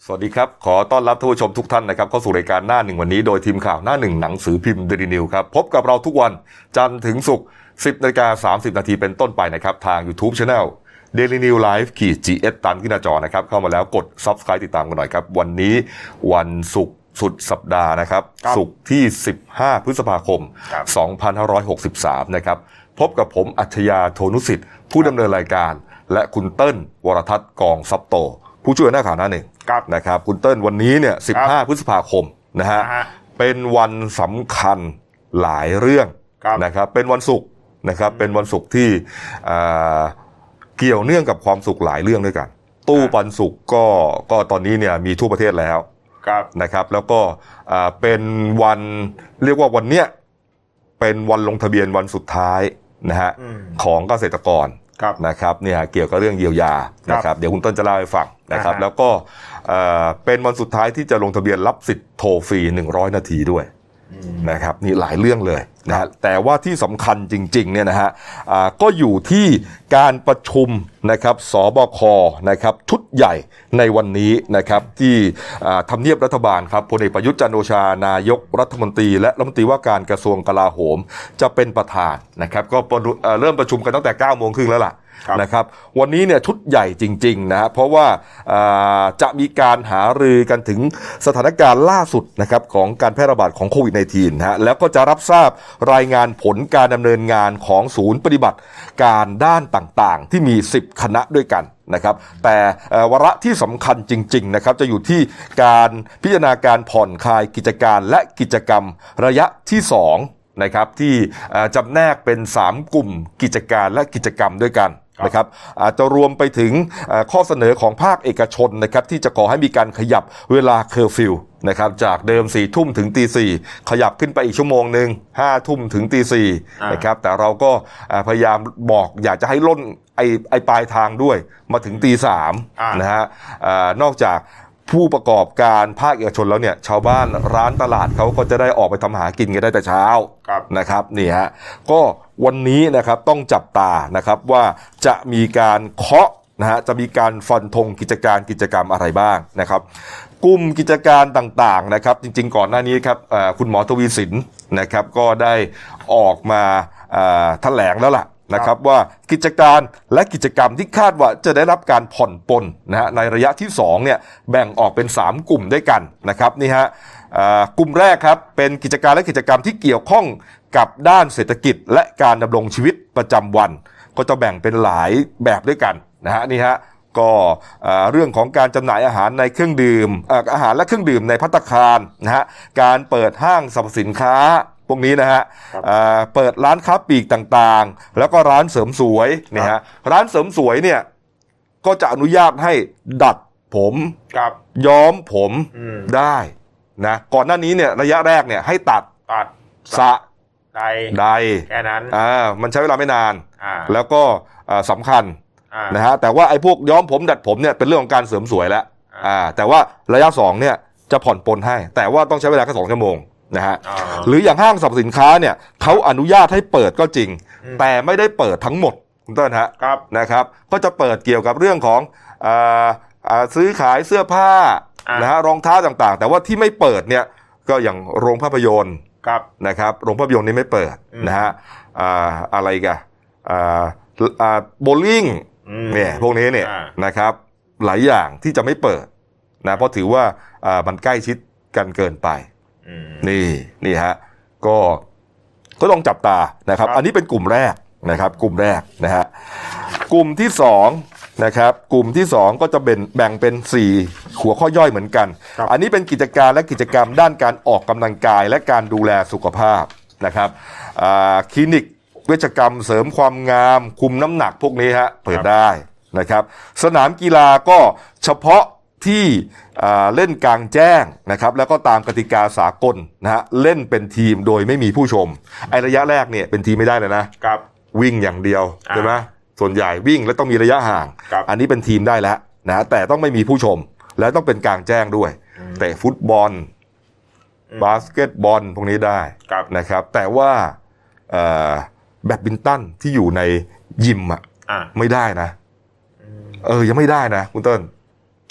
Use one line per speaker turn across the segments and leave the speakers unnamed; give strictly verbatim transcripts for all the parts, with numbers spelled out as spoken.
สวัสดีครับขอต้อนรับท่านผู้ชมทุกท่านนะครับเข้าสู่รายการหน้าหนึ่งวันนี้โดยทีมข่าวหน้าหนึ่งหนังสือพิมพ์ Daily News ครับพบกับเราทุกวันจันทร์ถึงศุกร์ สิบนาฬิกาสามสิบนาทีเป็นต้นไปนะครับทาง YouTube Channel Daily News Live ขีด จี เอส ตามที่หน้าจอนะครับเข้ามาแล้วกด Subscribe ติดตามกันหน่อยครับวันนี้วันศุกร์สุดสัปดาห์นะครับศุกร์ที่สิบห้าพฤษภาคมสองพันห้าร้อยหกสิบสามนะครับพบกับผมอัจฉริยะโทนุสิทธิ์ผู้ดำเนินรายการและคุณเติ้ลวรทัศน์กองทรัพย์โตผู้ช่วยหน้าข่าวหน้าหนึ่งนะครับคุณเติ้ลวันนี้เนี่ยสิบห้าพฤษภาคมนะฮะเป็นวันสำคัญหลายเรื่องนะครับเป็นวันศุกร์นะครับเป็นวันศุกร์ที่เกี่ยวเนื่องกับความสุขหลายเรื่องด้วยกันตู้ปันสุขก็ก็ตอนนี้เนี่ยมีทั่วประเทศแล้วนะครับแล้วก็เป็นวันเรียกว่าวันเนี้ยเป็นวันลงทะเบียนวันสุดท้ายนะฮะของเกษตรกรนะครับเนี่ยเกี่ยวกับเรื่องเยียวยานะครับเดี๋ยวคุณต้นจะเล่าให้ฟังนะครับแล้วก็เป็นวันสุดท้ายที่จะลงทะเบียนรับสิทธิ์โทรฟรีหนึ่งร้อยนาทีด้วยนะครับนี่หลายเรื่องเลยนะฮะแต่ว่าที่สำคัญจริงๆเนี่ยนะฮะก็อยู่ที่การประชุมนะครับสบคนะครับชุดใหญ่ในวันนี้นะครับที่ทำเนียบรัฐบาลครับพลเอกประยุทธ์จันทร์โอชานายกรัฐมนตรีและรัฐมนตรีว่าการกระทรวงกลาโหมจะเป็นประธานนะครับก็เริ่มประชุมกันตั้งแต่เก้าโมงครึ่งแล้วล่ะนะครับวันนี้เนี่ยชุดใหญ่จริงๆนะเพราะว่าจะมีการหารือกันถึงสถานการณ์ล่าสุดนะครับของการแพร่ระบาดของโควิด สิบเก้า นะฮะแล้วก็จะรับทราบรายงานผลการดำเนินงานของศูนย์ปฏิบัติการด้านต่างๆที่มีสิบคณะด้วยกันนะครับแต่วาระที่สำคัญจริงๆนะครับจะอยู่ที่การพิจารณาการผ่อนคลายกิจการและกิจกรรมระยะที่สองนะครับที่จำแนกเป็นสามกลุ่มกิจการและกิจกรรมด้วยกันนะครับอาจจะรวมไปถึงข้อเสนอของภาคเอกชนนะครับที่จะขอให้มีการขยับเวลาเคอร์ฟิวนะครับจากเดิมสี่ทุ่มถึงตีสี่ขยับขึ้นไปอีกชั่วโมงนึงห้าทุ่มถึงตีสี่นะครับแต่เราก็พยายามบอกอยากจะให้ล่นไอ้ไอ้ปลายทางด้วยมาถึงตีสามนะฮะนอกจากผู้ประกอบการภาคเอกชนแล้วเนี่ยชาวบ้านร้านตลาดเขาก็จะได้ออกไปทำหากินกันได้แต่เช้านะครับนี่ฮะก็วันนี้นะครับต้องจับตานะครับว่าจะมีการเคาะนะฮะจะมีการฟันธงกิจการกิจกรรมอะไรบ้างนะครับกลุ่มกิจการต่างๆนะครับจริงๆก่อนหน้านี้ครับคุณหมอทวีสินนะครับก็ได้ออกมาแถลงแล้วล่ะนะครับว่ากิจการและกิจกรรมที่คาดว่าจะได้รับการผ่อนปลนนะฮะในระยะที่สองเนี่ยแบ่งออกเป็นสามกลุ่มด้วยกันนะครับนี่ฮะกลุ่มแรกครับเป็นกิจการและกิจกรรมที่เกี่ยวข้องกับด้านเศรษฐกิจและการดำรงชีวิตประจำวันก็จะแบ่งเป็นหลายแบบด้วยกันนะฮะนี่ฮะก็เรื่องของการจำหน่ายอาหารในเครื่องดื่มอาหารและเครื่องดื่มในภัตตาคารนะฮะการเปิดห้างสรรพสินค้าพวกนี้นะฮะเปิดร้านค้าปลีกต่างๆแล้วก็ร้านเสริมสวยเนี่ยฮะร้านเสริมสวยเนี่ยก็จะอนุญาตให้ดัดผมย้อมผมได้นะก่อนหน้านี้เนี่ยระยะแรกเนี่ยให้ตัดตัดสระใดใดแค่นั้นอ่ามันใช้เวลาไม่นานแล้วก็สำคัญนะฮะแต่ว่าไอ้พวกย้อมผมดัดผมเนี่ยเป็นเรื่องของการเสริมสวยแล้วอ่าแต่ว่าระยะสองเนี่ยจะผ่อนปลนให้แต่ว่าต้องใช้เวลาแค่สองชั่วโมงนะฮะหรืออย่างห้างสรรพสินค้าเนี่ยเขาอนุญาตให้เปิดก็จริงแต่ไม่ได้เปิดทั้งหมดคุณต้นฮะนะครับก็จะเปิดเกี่ยวกับเรื่องของอ่าอ่าซื้อขายเสื้อผ้านะฮะรองเท้าต่างๆแต่ว่าที่ไม่เปิดเนี่ยก็อย่างโรงภาพยนตร์นะครับโรงภาพยนตร์นี่ไม่เปิดนะฮะอ่าอะไรกันอ่าอ่าโบว์ลิ่งเนี่ยพวกนี้เนี่ยนะครับหลายอย่างที่จะไม่เปิดนะเพราะถือว่าอ่ามันใกล้ชิดกันเกินไปนี่นี่ฮะก็ก็ต้องจับตานะครับอันนี้เป็นกลุ่มแรกนะครับกลุ่มแรกนะฮะกลุ่มที่สองนะครับกลุ่มที่สองก็จะเป็นแบ่งเป็นสี่หัวข้อย่อยเหมือนกันอันนี้เป็นกิจการและกิจกรรมด้านการออกกำลังกายและการดูแลสุขภาพนะครับคลินิกเวชกรรมเสริมความงามคุมน้ำหนักพวกนี้ฮะเปิดได้นะครับสนามกีฬาก็เฉพาะที่เล่นกลางแจ้งนะครับแล้วก็ตามกติกาสากลนะฮะเล่นเป็นทีมโดยไม่มีผู้ชมไอระยะแรกเนี่ยเป็นทีมไม่ได้เลยนะครับวิ่งอย่างเดียวใช่ไหมส่วนใหญ่วิ่งแล้วต้องมีระยะห่างอันนี้เป็นทีมได้แล้วนะแต่ต้องไม่มีผู้ชมและต้องเป็นกลางแจ้งด้วยแต่ฟุตบอลบาสเกตบอลพวกนี้ได้นะครับแต่ว่าแบดมินตันที่อยู่ในยิมอ่ะไม่ได้นะเออยังไม่ได้นะคุณต้น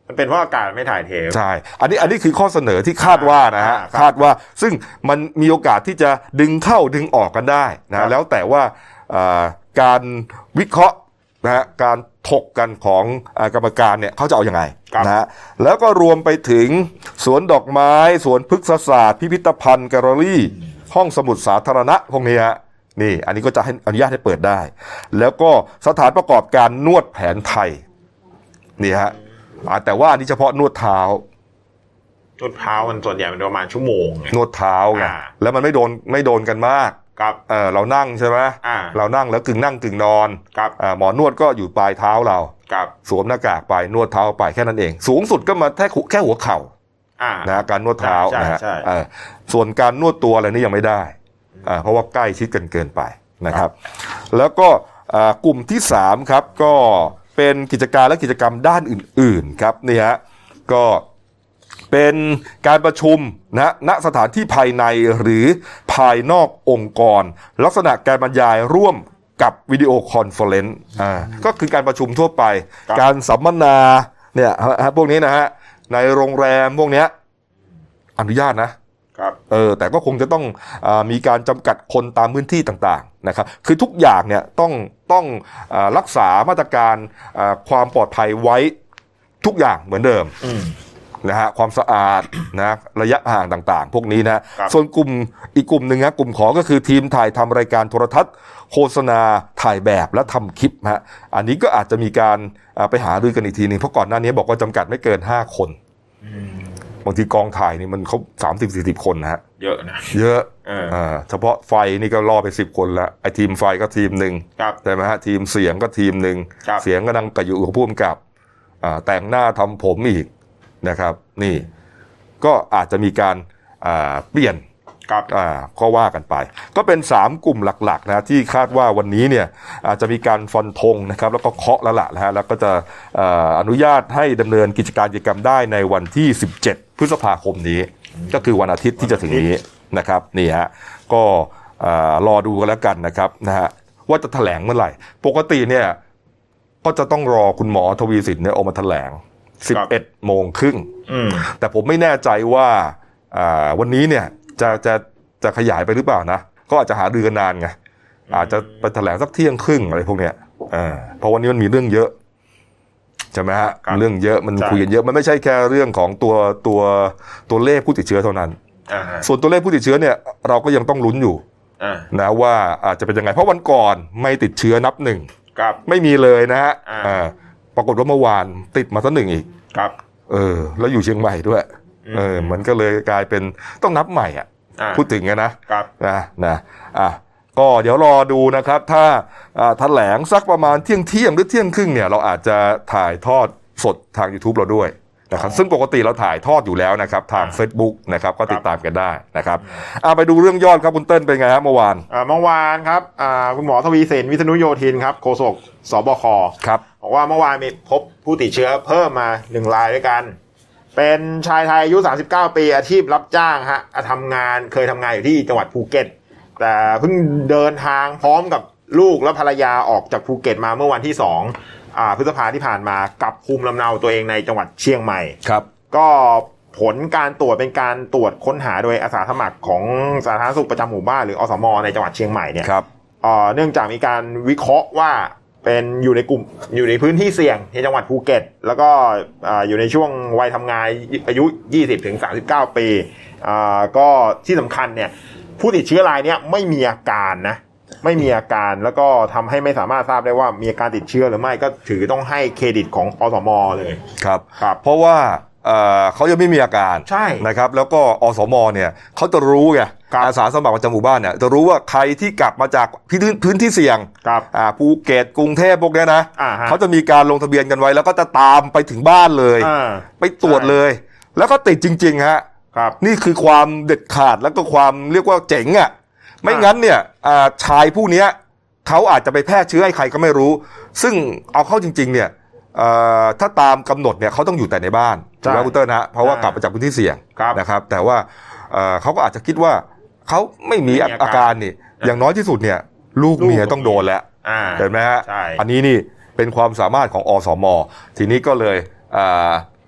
มันเป็นเพราะอากาศไม่ถ่ายเท
ใช่อันนี้อันนี้คือข้อเสนอที่คาดว่านะฮะคาดว่าซึ่งมันมีโอกาสที่จะดึงเข้าดึงออกกันได้นะแล้วแต่ว่าการวิเคราะห์นะฮะการถกกันของกรรมการเนี่ยเขาจะเอาอย่างไงนะฮะแล้วก็รวมไปถึงสวนดอกไม้สวนพฤกษศาสตร์พิพิธภัณฑ์แกลเลอรี่ห้องสมุดสาธารณะพวกนี้ฮะนี่อันนี้ก็จะให้อนุญาตให้เปิดได้แล้วก็สถานประกอบการนวดแผนไทยนี่ฮะแต่ว่าอันนี้เฉพาะนวดเท้าน
วดเท้ามันส่วนใหญ่มันประมาณชั่วโมง
นวดเท้าไงแล้วมันไม่โดนไม่โดนกันมาก
ครับ
เออเรานั่งใช่ไหมเรานั่งแล้วกึ่งนั่งกึ่งนอน
ครับ
หมอนวดก็อยู่ปลายเท้าเรา
ครับ
สวมหน้ากากไปนวดเท้าไปแค่นั้นเองสูงสุดก็มาแค่แค่หัวเข่านะการนวดเท้านะฮะส่วนการนวดตัวอะไรนี่ยังไม่ได้เพราะว่าใกล้ชิดกันเกินไปนะครับแล้วก็กลุ่มที่สามครับก็เป็นกิจการและกิจกรรมด้านอื่นๆครับนี่ฮะก็เป็นการประชุมนะณสถานที่ภายในหรือภายนอกองค์กรลักษณะการบรรยายร่วมกับวิดีโอคอนเฟอเรนซ์อ่าก็คือการประชุมทั่วไปการสัมมนาเนี่ยพวกนี้นะฮะในโรงแรมพวกนี้อนุญาตนะครับเออแต่ก็คงจะต้องอ่ามีการจำกัดคนตามพื้นที่ต่างๆนะครับคือทุกอย่างเนี่ยต้องต้องอ่ารักษามาตรการอ่าความปลอดภัยไว้ทุกอย่างเหมือนเดิมนะฮะความสะอาดนะระยะห่างต่างๆพวกนี้นะส่วนกลุ่มอีกกลุ่มหนึ่งนะกลุ่มขอก็คือทีมถ่ายทำรายการโทรทัศน์โฆษณาถ่ายแบบและทำคลิปฮะอันนี้ก็อาจจะมีการไปหารือกันอีกทีนึงเพราะก่อนหน้านี้บอกว่าจำกัดไม่เกินห้าคนบางทีกองถ่ายนี่มันเขาสามสิบสี่สิบคนนะฮะ
เยอะนะ
เยอะอ่าเฉพาะไฟนี่ก็ล่อไปสิบคนแล้วไอ้ทีมไฟก็ทีมหนึ่งใช่ไหมฮะทีมเสียงก็ทีมหนึ่งเสียงก็นั่งกับอยู่กับผู้กำกับอ่าแต่งหน้าทำผมอีกนะครับนี่ก็อาจจะมีการเปลี่ยนก็ว่ากันไปก็เป็นสามกลุ่มหลักๆนะที่คาดว่าวันนี้เนี่ยอาจจะมีการฟันธงนะครับแล้วก็เคาะแล้วล่ะนะฮะแล้วก็จะอนุญาตให้ดำเนินกิจการกิจกรรมได้ในวันที่สิบเจ็ดพฤษภาคมนี้ก็คือวันอาทิตย์ที่จะถึงนี้นะครับนี่ฮะก็รอดูกันแล้วกันนะครับนะฮะว่าจะแถลงเมื่อไหร่ปกติเนี่ยก็จะต้องรอคุณหมอทวีสินเนี่ยออกมาแถลงสิบเอ็ดโมงครึ่งแต่ผมไม่แน่ใจว่าวันนี้เนี่ยจะจะจะขยายไปหรือเปล่านะก็อาจจะหารือกันนานไงอาจจะไปแถลงสักเที่ยงครึ่งอะไรพวกเนี้ยเพราะวันนี้มันมีเรื่องเยอะใช่ไหมฮะเรื่องเยอะมันคุยกันเยอะมันไม่ใช่แค่เรื่องของตัวตัวตัวเลขผู้ติดเชื้อเท่านั้นส่วนตัวเลขผู้ติดเชื้อเนี่ยเราก็ยังต้องลุ้นอยู่นะว่าอาจจะเป็นยังไงเพราะวันก่อนไม่ติดเชื้อนับหนึ่งไม่มีเลยนะฮะปรากฏว่าเมื่อวานติดมาซะหนึ่งอีก
ครับ
เออแล้วอยู่เชียงใหม่ด้วยเออมันก็เลยกลายเป็นต้องนับใหม่อ่ะพูดถึงไงนะครับนะนะอ่ะก็เดี๋ยวรอดูนะครับถ้าแถลงสักประมาณเที่ยงเที่ยงหรือเที่ยงครึ่งเนี่ยเราอาจจะถ่ายทอดสดทาง YouTube เราด้วยนะครับซึ่งปกติเราถ่ายทอดอยู่แล้วนะครับทาง Facebook นะครับก็ติดตามกันได้นะครับอ่ะไปดูเรื่องยอดครับคุณเติ้ลเป็นไงครับเมื่อวาน
อ่าเมื่อวานครับอ่าคุณหมอทวีสินวิษณุโยธินครับโฆษกสบค
ครับ
บอกว่าเมื่อวานมีพบผู้ติดเชื้อเพิ่มมาหนึ่งรายด้วยกันเป็นชายไทยอายุสามสิบเก้าปีอาชีพรับจ้างฮะทำงานเคยทำงานอยู่ที่จังหวัดภูเก็ตแต่เพิ่งเดินทางพร้อมกับลูกและภรรยาออกจากภูเก็ตมาเมื่อวันที่สองอ่าพฤษภาที่ผ่านมากลับภูมิลำเนาตัวเองในจังหวัดเชียงใหม่
ครับ
ก็ผลการตรวจเป็นการตรวจค้นหาโดยอาสาสมัครของสาธารณสุขประจำหมู่บ้านหรืออสมในจังหวัดเชียงใหม่เนี่ย
ครับ
อ่าเนื่องจากมีการวิเคราะห์ว่าเป็นอยู่ในกลุ่มอยู่ในพื้นที่เสี่ยงในจังหวัดภูเก็ตแล้วก็อยู่ในช่วงวัยทำงานอายุ ยี่สิบถึงสามสิบเก้า ปีก็ที่สำคัญเนี่ยผู้ติดเชื้อรายนี้ไม่มีอาการนะไม่มีอาการแล้วก็ทำให้ไม่สามารถทราบได้ว่ามีอาการติดเชื้อหรือไม่ก็ถือต้องให้เครดิตของอสมเลย
ครับครับเพราะว่าเขายังไม่มีอาการ
ใช่
นะครับแล้วก็อสมเนี่ยเขาจะรู้ไงอาสาสมัครประจำหมู่บ้านเนี่ยจะรู้ว่าใครที่กลับมาจากพื้นที่เสี่ยงภูเก็ตกรุงเทพพวกนี้นะเขาจะมีการลงทะเบียนกันไว้แล้วก็จะตามไปถึงบ้านเลยไปตรวจเลยแล้วก็ติดจริงๆฮะนี่คือความเด็ดขาดแล้วก็ความเรียกว่าเจ๋งอ่ะไม่งั้นเนี่ยชายผู้นี้เขาอาจจะไปแพร่เชื้อให้ใครก็ไม่รู้ซึ่งเอาเข้าจริงๆเนี่ยถ้าตามกำหนดเนี่ยเขาต้องอยู่แต่ในบ้านถูกไหมคุณเตอร์นะเพราะว่ากลับมาจากพื้นที่เสี่ยงนะครับแต่ว่าเขาก็อาจจะคิดว่าเขาไม่มีอาการนี่อย่างน้อยที่สุดเนี่ยลูกเมียต้องโดนแล้วเห็นไหมฮะอันนี้นี่เป็นความสามารถของอสมทีนี้ก็เลย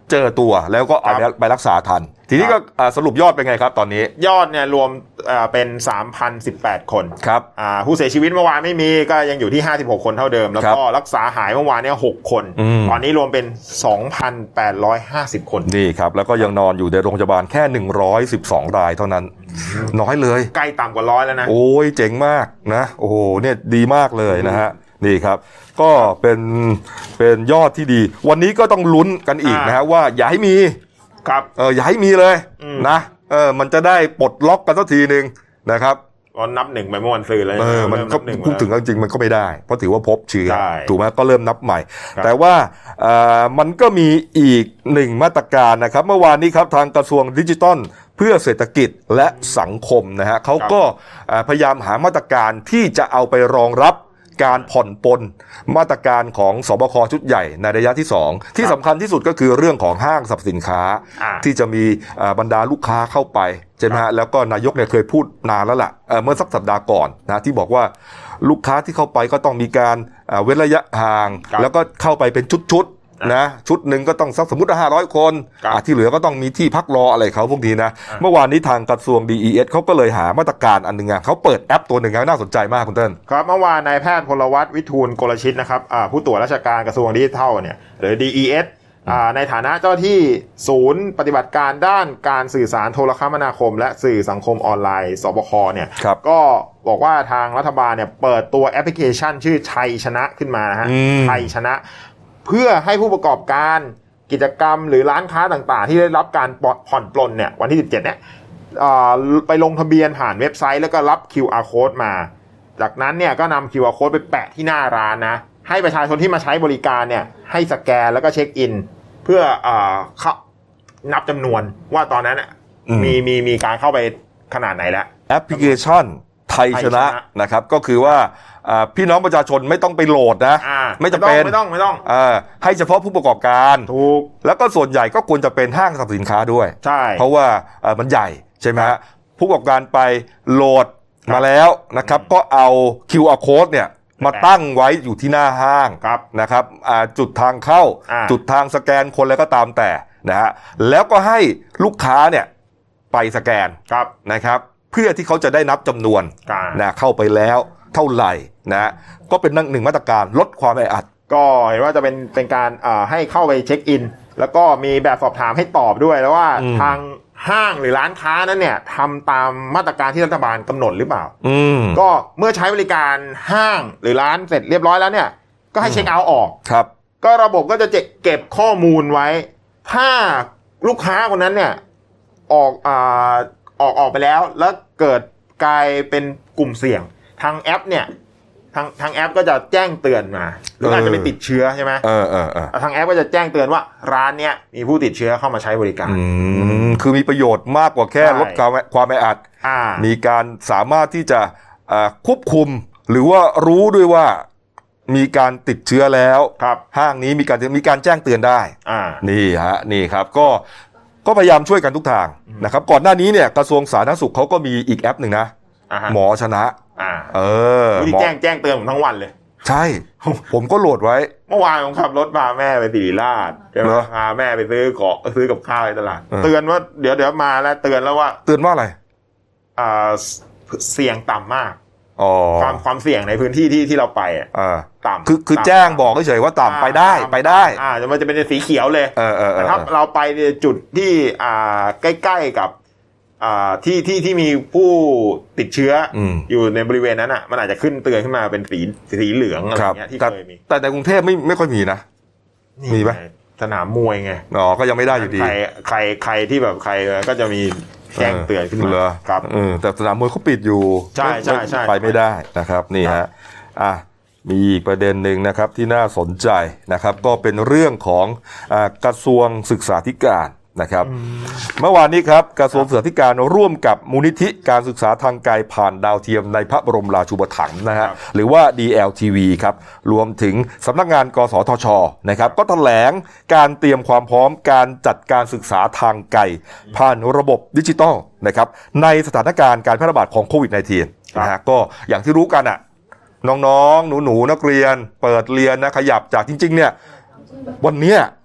เจอตัวแล้วก็เอาไปรักษาทันทีนี้ก็สรุปยอดเป็นไงครับตอนนี้
ยอดเนี่ยรวมเป็น สามพันสิบแปด คน
ครับ
ผู้เสียชีวิตเมื่อวานไม่มีก็ยังอยู่ที่ห้าสิบหกคนเท่าเดิมแล้วก็รักษาหายเมื่อวานเนี่ยหกคนตอนนี้รวมเป็น สองพันแปดร้อยห้าสิบ คน
นี่ครับแล้วก็ยังนอนอยู่ในโรงพยาบาลแค่หนึ่งร้อยสิบสองรายเท่านั้นน้อยเลย
ใกล้ต่ำกว่าร้อยแล้วนะ
โอ้ยเจ๋งมากนะโอ้โหเนี่ยดีมากเลยนะฮะนี่ครับก็เป็นเป็นยอดที่ดีวันนี้ก็ต้องลุ้นกันอีกนะฮะว่าอย่าให้มี
ครับ
เอออย่าให้มีเลยนะเออมันจะได้ปลดล็อกกันสักทีนึงนะครับ
ก็นับหนึ่งไปเมื่อวันศุกร์เลย
เออมันก็พูดถึงจริงๆมันก็ไม่ได้เพราะถือว่าพบเชื้อถูกไหมก็เริ่มนับใหม่แต่ว่าอ่ามันก็มีอีกหนึ่งมาตรการนะครับเมื่อวานนี้ครับทางกระทรวงดิจิทัลเพื่อเศรษฐกิจและสังคมนะฮะเขาก็พยายามหามาตรการที่จะเอาไปรองรับการผ่อนปลนมาตรการของสบคชุดใหญ่ในระยะที่สองที่สำคัญที่สุดก็คือเรื่องของห้างสรรพสินค้าที่จะมีบรรดาลูกค้าเข้าไปใช่ไหมฮะแล้วก็นายกเนี่ยเคยพูดนานแล้วล่ะเมื่อสักสัปดาห์ก่อนนะที่บอกว่าลูกค้าที่เข้าไปก็ต้องมีการเว้นระยะห่างแล้วก็เข้าไปเป็นชุดๆนะชุดหนึ่งก็ต้องสักสมมติห้าร้อยคนที่เหลือก็ต้องมีที่พักรออะไรเขาพวกนี้นะเมื่อวานนี้ทางกระทรวง ดี อี เอส เขาก็เลยหามาตรการอันหนึ่งเขาเปิดแอปตัวหนึ่งน่าสนใจมากคุณเติ้ล
ครับเมื่อวานนายแพทย์พลวัตวิทูลกลชิตนะครับผู้ตรวจราชการกระทรวงดิจิทัลเนี่ยหรือ ดี อี เอส ในฐานะเจ้าที่ศูนย์ปฏิบัติการด้านการสื่อสารโทรคมนาคมและสื่อสังคมออนไลน์สบคเนี่ยก็บอกว่าทางรัฐบาลเนี่ยเปิดตัวแอปพลิเคชันชื่อชัยชนะขึ้นมานะฮะชัยชนะเพื่อให้ผู้ประกอบการกิจกรรมหรือร้านค้าต่างๆที่ได้รับการผ่อนปลนเนี่ยวันที่สิบเจ็ดเนี่ยไปลงทะเบียนผ่านเว็บไซต์แล้วก็รับ คิว อาร์ Code มาจากนั้นเนี่ยก็นำ คิว อาร์ Code ไปแปะที่หน้าร้านนะให้ประชาชนที่มาใช้บริการเนี่ยให้สแกนแล้วก็เช็คอินเพื่อเอ่อนับจำนวนว่าตอนนั้นมีมีมีการเข้าไปขนาดไหนแล้ว
แอปพลิเคชันไทยชนะนะครับก็คือว่าพี่น้องประชาชนไม่ต้องไปโหลดนะไม่จำเป็น
ไม่ต้องไม่ต้อง
ให้เฉพาะผู้ประกอบการ
ถูก
แล้วก็ส่วนใหญ่ก็ควรจะเป็นห้างสรรพสินค้าด้วย
ใช่
เพราะว่ามันใหญ่ใช่ไหมฮะผู้ประกอบการไปโหลดมาแล้วนะครับก็เอา คิว อาร์ Code เนี่ยมาตั้งไว้อยู่ที่หน้าห้างนะครับจุดทางเข้าจุดทางสแกนคนแล้วก็ตามแต่นะฮะแล้วก็ให้ลูกค้าเนี่ยไปสแกนนะครับเพื่อที่เขาจะได้นับจำนวนนะเข้าไปแล้วเท่าไหร่นะก็เป็นหนึ่งมาตรการลดความแออัด
ก็เห็นว่าจะเป็นเป็นการให้เข้าไปเช็คอินแล้วก็มีแบบสอบถามให้ตอบด้วยแล้วว่าทางห้างหรือร้านค้านั้นเนี่ยทำตามมาตรการที่รัฐบาลกำหนดหรือเปล่าก็เมื่อใช้บริการห้างหรือร้านเสร็จเรียบร้อยแล้วเนี่ยก็ให้เช็คเอาท์ออก
ครับ
ก็ระบบก็จะเก็บข้อมูลไว้ถ้าลูกค้าคนนั้นเนี่ยออกอ่าออกออกไปแล้วแล้วเกิดกลายเป็นกลุ่มเสี่ยงทางแอปเนี่ยทางทางแอปก็จะแจ้งเตือนมาหรืออาจจะไปติดเชื้อใช่ไหม
เออเออเออ
ทางแอปก็จะแจ้งเตือนว่าร้านเนี้ยมีผู้ติดเชื้อเข้ามาใช้บริการ
อืมคือมีประโยชน์มากกว่าแค่ลดความความแออัดมีการสามารถที่จะควบคุมหรือว่ารู้ด้วยว่ามีการติดเชื้อแล้วห้างนี้มีการมีการแจ้งเตือนได้นี่ฮะนี่ครับก็ก็พยายามช่วยกันทุกทางนะครับก่อนหน้านี้เนี่ยกระทรวงสาธารณสุขเขาก็มีอีกแอปหนึ่งนะหมอชนะเออ
ที่แจ้งแจ้งเตือนผมทั้งวันเลย
ใช่ผมก็โหลดไว้
เมื่อวานผมขับรถพาแม่ไปศิริราชใช่ไหมพาแม่ไปซื้อของซื้อกับข้าวในตลาดเตือนว่าเดี๋ยวเดี๋ยวมาแล้วเตือนแล้วว่า
เตือนว่าอะไร
อ่าเสี่ยงต่ำมากความความเสี่ยงในพื้นที่ที่ที่เราไปอ่ะต่ำ
คือคือแจ้งบอกเฉยๆว่าต่ำไปได้ไปได้
อ่าจะมันจะเป็นสีเขียวเลยแต่ถ้าเราไปในจุดที่อ่าใกล้ๆกับอ่าที่ที่ที่มีผู้ติดเชื้ออยู่ในบริเวณนั้นอ่ะมันอาจจะขึ้นเตือนขึ้นมาเป็นสีสีเหลืองอะไรเงี้ยที่เคยมี
แต่ในกรุงเทพไม่ไม่ค่อยมีนะมีไหม
สนามมวยไง
อ๋อก็ยังไม่ได้อยู่ดี
ใครใครใครที่แบบใครก็จะมีแจ้งเตือนขึ้นมา
ครับแต่สนามมวยเขาปิดอยู่
ใช่ใช่ใช่
ไปไม่ได้นะครับนี่ฮะอ่ะมีอีกประเด็นหนึ่งนะครับที่น่าสนใจนะครับก็เป็นเรื่องของอ่ากระทรวงศึกษาธิการนะครับเมื่อวานนี้ครับกระทรวงศึกษาธิการร่วมกับมูลนิธิการศึกษาทางไกลผ่านดาวเทียมในพระบรมราชูปถัมภ์นะฮะหรือว่า ดี แอล ที วี ครับรวมถึงสำนักงานกสทช.นะครับก็แถลงการเตรียมความพร้อมการจัดการศึกษาทางไกลผ่านระบบดิจิทัลนะครับในสถานการณ์การแพร่ระบาดของโควิด สิบเก้า นะฮะก็อย่างที่รู้กันอ่ะน้องๆหนูๆนักเรียนเปิดเรียนนะขยับจากจริงๆเนี่ยวันนี้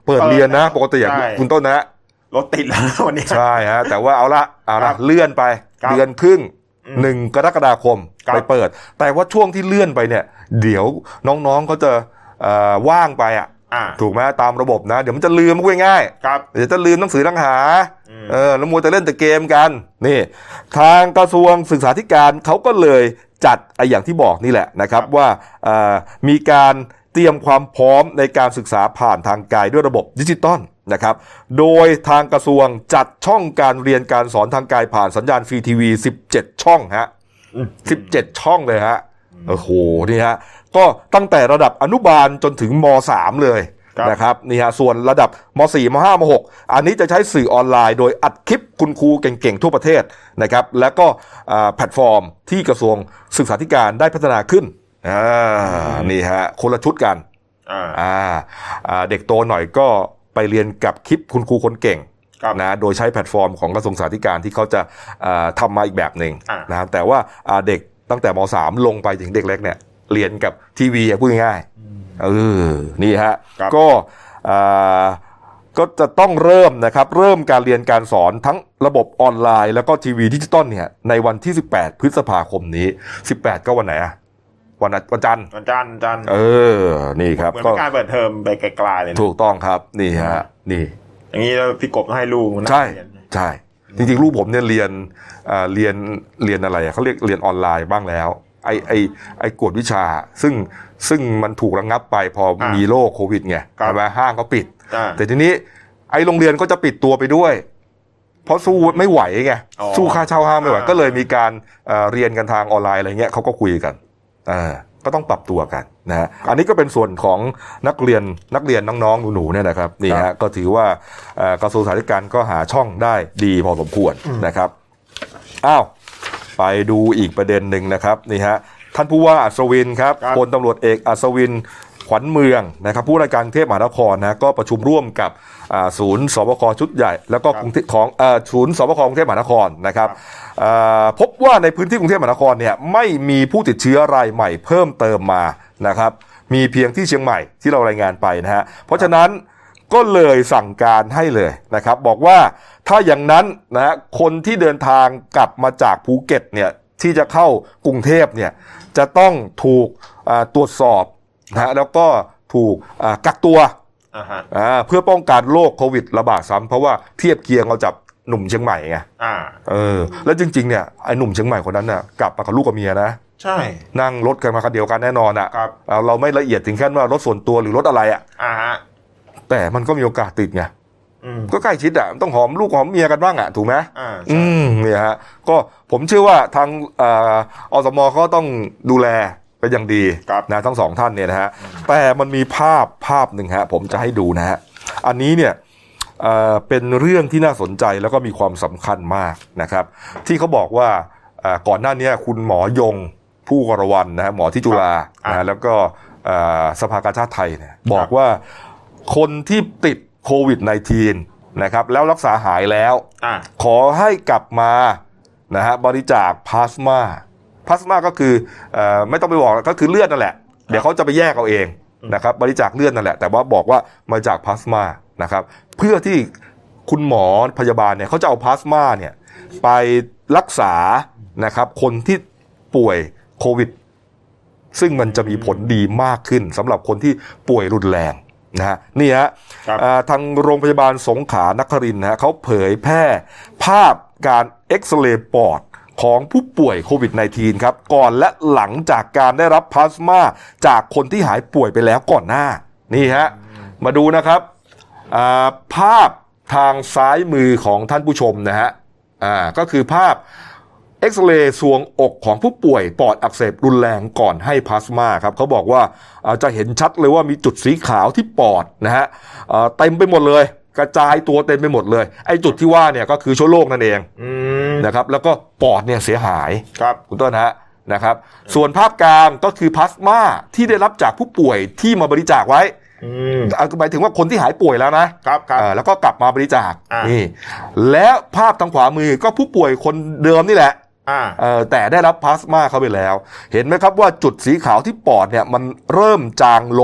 เปิดเรียนนะปกติอย่างคุณต้นนะ
รถติดแล้ววันนี้
ใช่ฮะแต่ว่าเอาละเอาละเลื่อนไปเดือนครึ่งหนึ่งกรกฎาคมไปเปิดแต่ว่าช่วงที่เลื่อนไปเนี่ยเดี๋ยวน้องๆเขาจะว่างไปอ่ะถูกไหมตามระบบนะเดี๋ยวมันจะลืมง่ายๆเดี๋ยวจะลืมหนังสือหนังหาเออแล้วมัวแต่เล่นแต่เกมกันนี่ทางกระทรวงศึกษาธิการเขาก็เลยจัดไอ้อย่างที่บอกนี่แหละนะครับว่ามีการเตรียมความพร้อมในการศึกษาผ่านทางไกลด้วยระบบดิจิตอลนะครับโดยทางกระทรวงจัดช่องการเรียนการสอนทางไกลผ่านสัญญาณฟรีทีวีสิบเจ็ดช่องฮะสิบเจ็ดช่องเลยฮะโอ้โหนี่ฮะก็ตั้งแต่ระดับอนุบาลจนถึงม.สาม เลยนะครับนี่ฮะส่วนระดับม.สี่ ม.ห้า ม.หก อันนี้จะใช้สื่อออนไลน์โดยอัดคลิปคุณครูเก่งๆทั่วประเทศนะครับแล้วก็แพลตฟอร์มที่กระทรวงศึกษาธิการได้พัฒนาขึ้นอ่านี่ฮะคนละชุดกันอ่าอ่าเด็กโตหน่อยก็ไปเรียนกับคลิปคุณครูคนเก่งนะโดยใช้แพลตฟอร์มของกระทรวงศึกษาธิการที่เขาจะทำมาอีกแบบหนึ่งนะแต่ว่าเด็กตั้งแต่ม.สาม ลงไปถึงเด็กเล็กเนี่ยเรียนกับทีวีพูดง่ายๆเออนี่ฮะก็ก็จะต้องเริ่มนะครับเริ่มการเรียนการสอนทั้งระบบออนไลน์แล้วก็ทีวีดิจิตอลเนี่ยในวันที่สิบแปดพฤษภาคมนี้สิบแปดก็วันไหนอะวันวันจันทร์
วันจันทร์จันทร์
เออนี่ครับ
เหมือนการเปิดเทอมไปไกลๆเลย
ถูกต้องครับนี่ฮะนี่
อย่างนี้พี่กบให้ลูก
ใช่ใช่จริงๆลูกผมเนี่ยเรียนเรียนเรียนอะไรเขาเรียกเรียนออนไลน์บ้างแล้วไอไอไอกวดวิชาซึ่งซึ่งมันถูกระงับไปพอมีโรคโควิดไงใช่ไหมห้างก็ปิดแต่ทีนี้ไอโรงเรียนก็จะปิดตัวไปด้วยเพราะสู้ไม่ไหวไงสู้ค่าเช่าห้างไม่ไหวก็เลยมีการเรียนกันทางออนไลน์อะไรเงี้ยเขาก็คุยกันก็ต้องปรับตัวกันนะฮะอันนี้ก็เป็นส่วนของนักเรียนนักเรียนน้องๆหนูๆเนี่ยนะครับนี่ฮะก็ถือว่ากระทรวงศึกษาธิการก็หาช่องได้ดีพอสมควรนะครับอ้าวไปดูอีกประเด็นหนึ่งนะครับนี่ฮะท่านผู้ว่าอัศวินครับพลตำรวจเอกอัศวินขวัญเมืองนะครับผู้ว่าการกรุงเทพมหานครนะก็ประชุมร่วมกับศูนย์สบคชุดใหญ่แล้วก็ของศูนย์สบคกรุงเทพมหานครนะครับพบว่าในพื้นที่กรุงเทพมหานครเนี่ยไม่มีผู้ติดเชื้อรายใหม่เพิ่มเติมมานะครับมีเพียงที่เชียงใหม่ที่เรารายงานไปนะฮะเพราะฉะนั้นก็เลยสั่งการให้เลยนะครับบอกว่าถ้าอย่างนั้นนะฮะคนที่เดินทางกลับมาจากภูเก็ตเนี่ยที่จะเข้ากรุงเทพเนี่ยจะต้องถูกตรวจสอบนะฮะแล้วก็ถูกกักตัว uh-huh. เพื่อป้องกันโรคโควิดระบาดซ้ำเพราะว่าเทียบเคียงเราจับหนุ่มเชียงใหม่ไง uh-huh. เออแล้วจริงๆเนี่ยไอ้หนุ่มเชียงใหม่คนนั้นน่ะกลับมากับลูกกับเมียนะ
ใช่
นั่งรถกันมาคันเดียวกันแน่นอนอ่ะเราไม่ละเอียดถึงขั้นว่ารถส่วนตัวหรือรถอะไรอ่ะ
uh-huh.
แต่มันก็มีโอกาสติดไงก็ใกล้ชิดอ่ะต้องหอมลูกหอมเมียกันบ้างอ่ะถูกไหมอืมเนี่ยฮะก็ผมเชื่อว่าทางอสมเขาต้องดูแลเป็นอย่างดีนะทั้งสองท่านเนี่ยนะฮะแต่มันมีภาพภาพหนึ่งฮะผมจะให้ดูนะฮะอันนี้เนี่ยเอ่อเป็นเรื่องที่น่าสนใจแล้วก็มีความสำคัญมากนะครับที่เขาบอกว่าก่อนหน้านี้คุณหมอยงผู้กรวันนะฮะหมอที่จุฬานะแล้วก็สภากาชาติไทยเนี่ยบอกว่าคนที่ติดโควิด สิบเก้า นะครับแล้วรักษาหายแล้วขอให้กลับมานะฮะบริจาคพลาสมาพลาสมาก็คือเอ่อไม่ต้องไปบอกก็คือเลือดนั่นแหละเดี๋ยวเขาจะไปแยกเอาเองนะครับบริจาคเลือดนั่นแหละแต่ว่าบอกว่ามาจากพลาสมานะครับเพื่อที่คุณหมอพยาบาลเนี่ยเขาจะเอาพลาสมาเนี่ยไปรักษานะครับคนที่ป่วยโควิดซึ่งมันจะมีผลดีมากขึ้นสำหรับคนที่ป่วยรุนแรงนะฮะนี่ฮะทางโรงพยาบาลสงขลานครินทร์นะฮะเขาเผยแพร่ภาพการเอ็กซเรย์ปอดของผู้ป่วยโควิด สิบเก้า ครับก่อนและหลังจากการได้รับพลาสมาจากคนที่หายป่วยไปแล้วก่อนหน้านี่ฮะมาดูนะครับภาพทางซ้ายมือของท่านผู้ชมนะฮะก็คือภาพเอ็กซเรย์ซวงอกของผู้ป่วยปอดอักเสบรุนแรงก่อนให้พลาสมาครับเขาบอกว่าจะเห็นชัดเลยว่ามีจุดสีขาวที่ปอดนะฮะเต็มไปหมดเลยกระจายตัวเต็มไปหมดเลยไอ้จุดที่ว่าเนี่ยก็คือเชื้อโรคนั่นเองนะครับแล้วก็ปอดเนี่ยเสียหาย
ครับ
คุณต้นฮะนะครับส่วนภาพกลางก็คือพลาสมาที่ได้รับจากผู้ป่วยที่มาบริจาคไว้หมายถึงว่าคนที่หายป่วยแล้วนะครับแล้วก็กลับมาบริจาคนี่แล้วภาพทางขวามือก็ผู้ป่วยคนเดิมนี่แหละแต่ได้รับพลาสมาเข้าไปแล้วเห็นไหมครับว่าจุดสีขาวที่ปอดเนี่ยมันเริ่มจางลง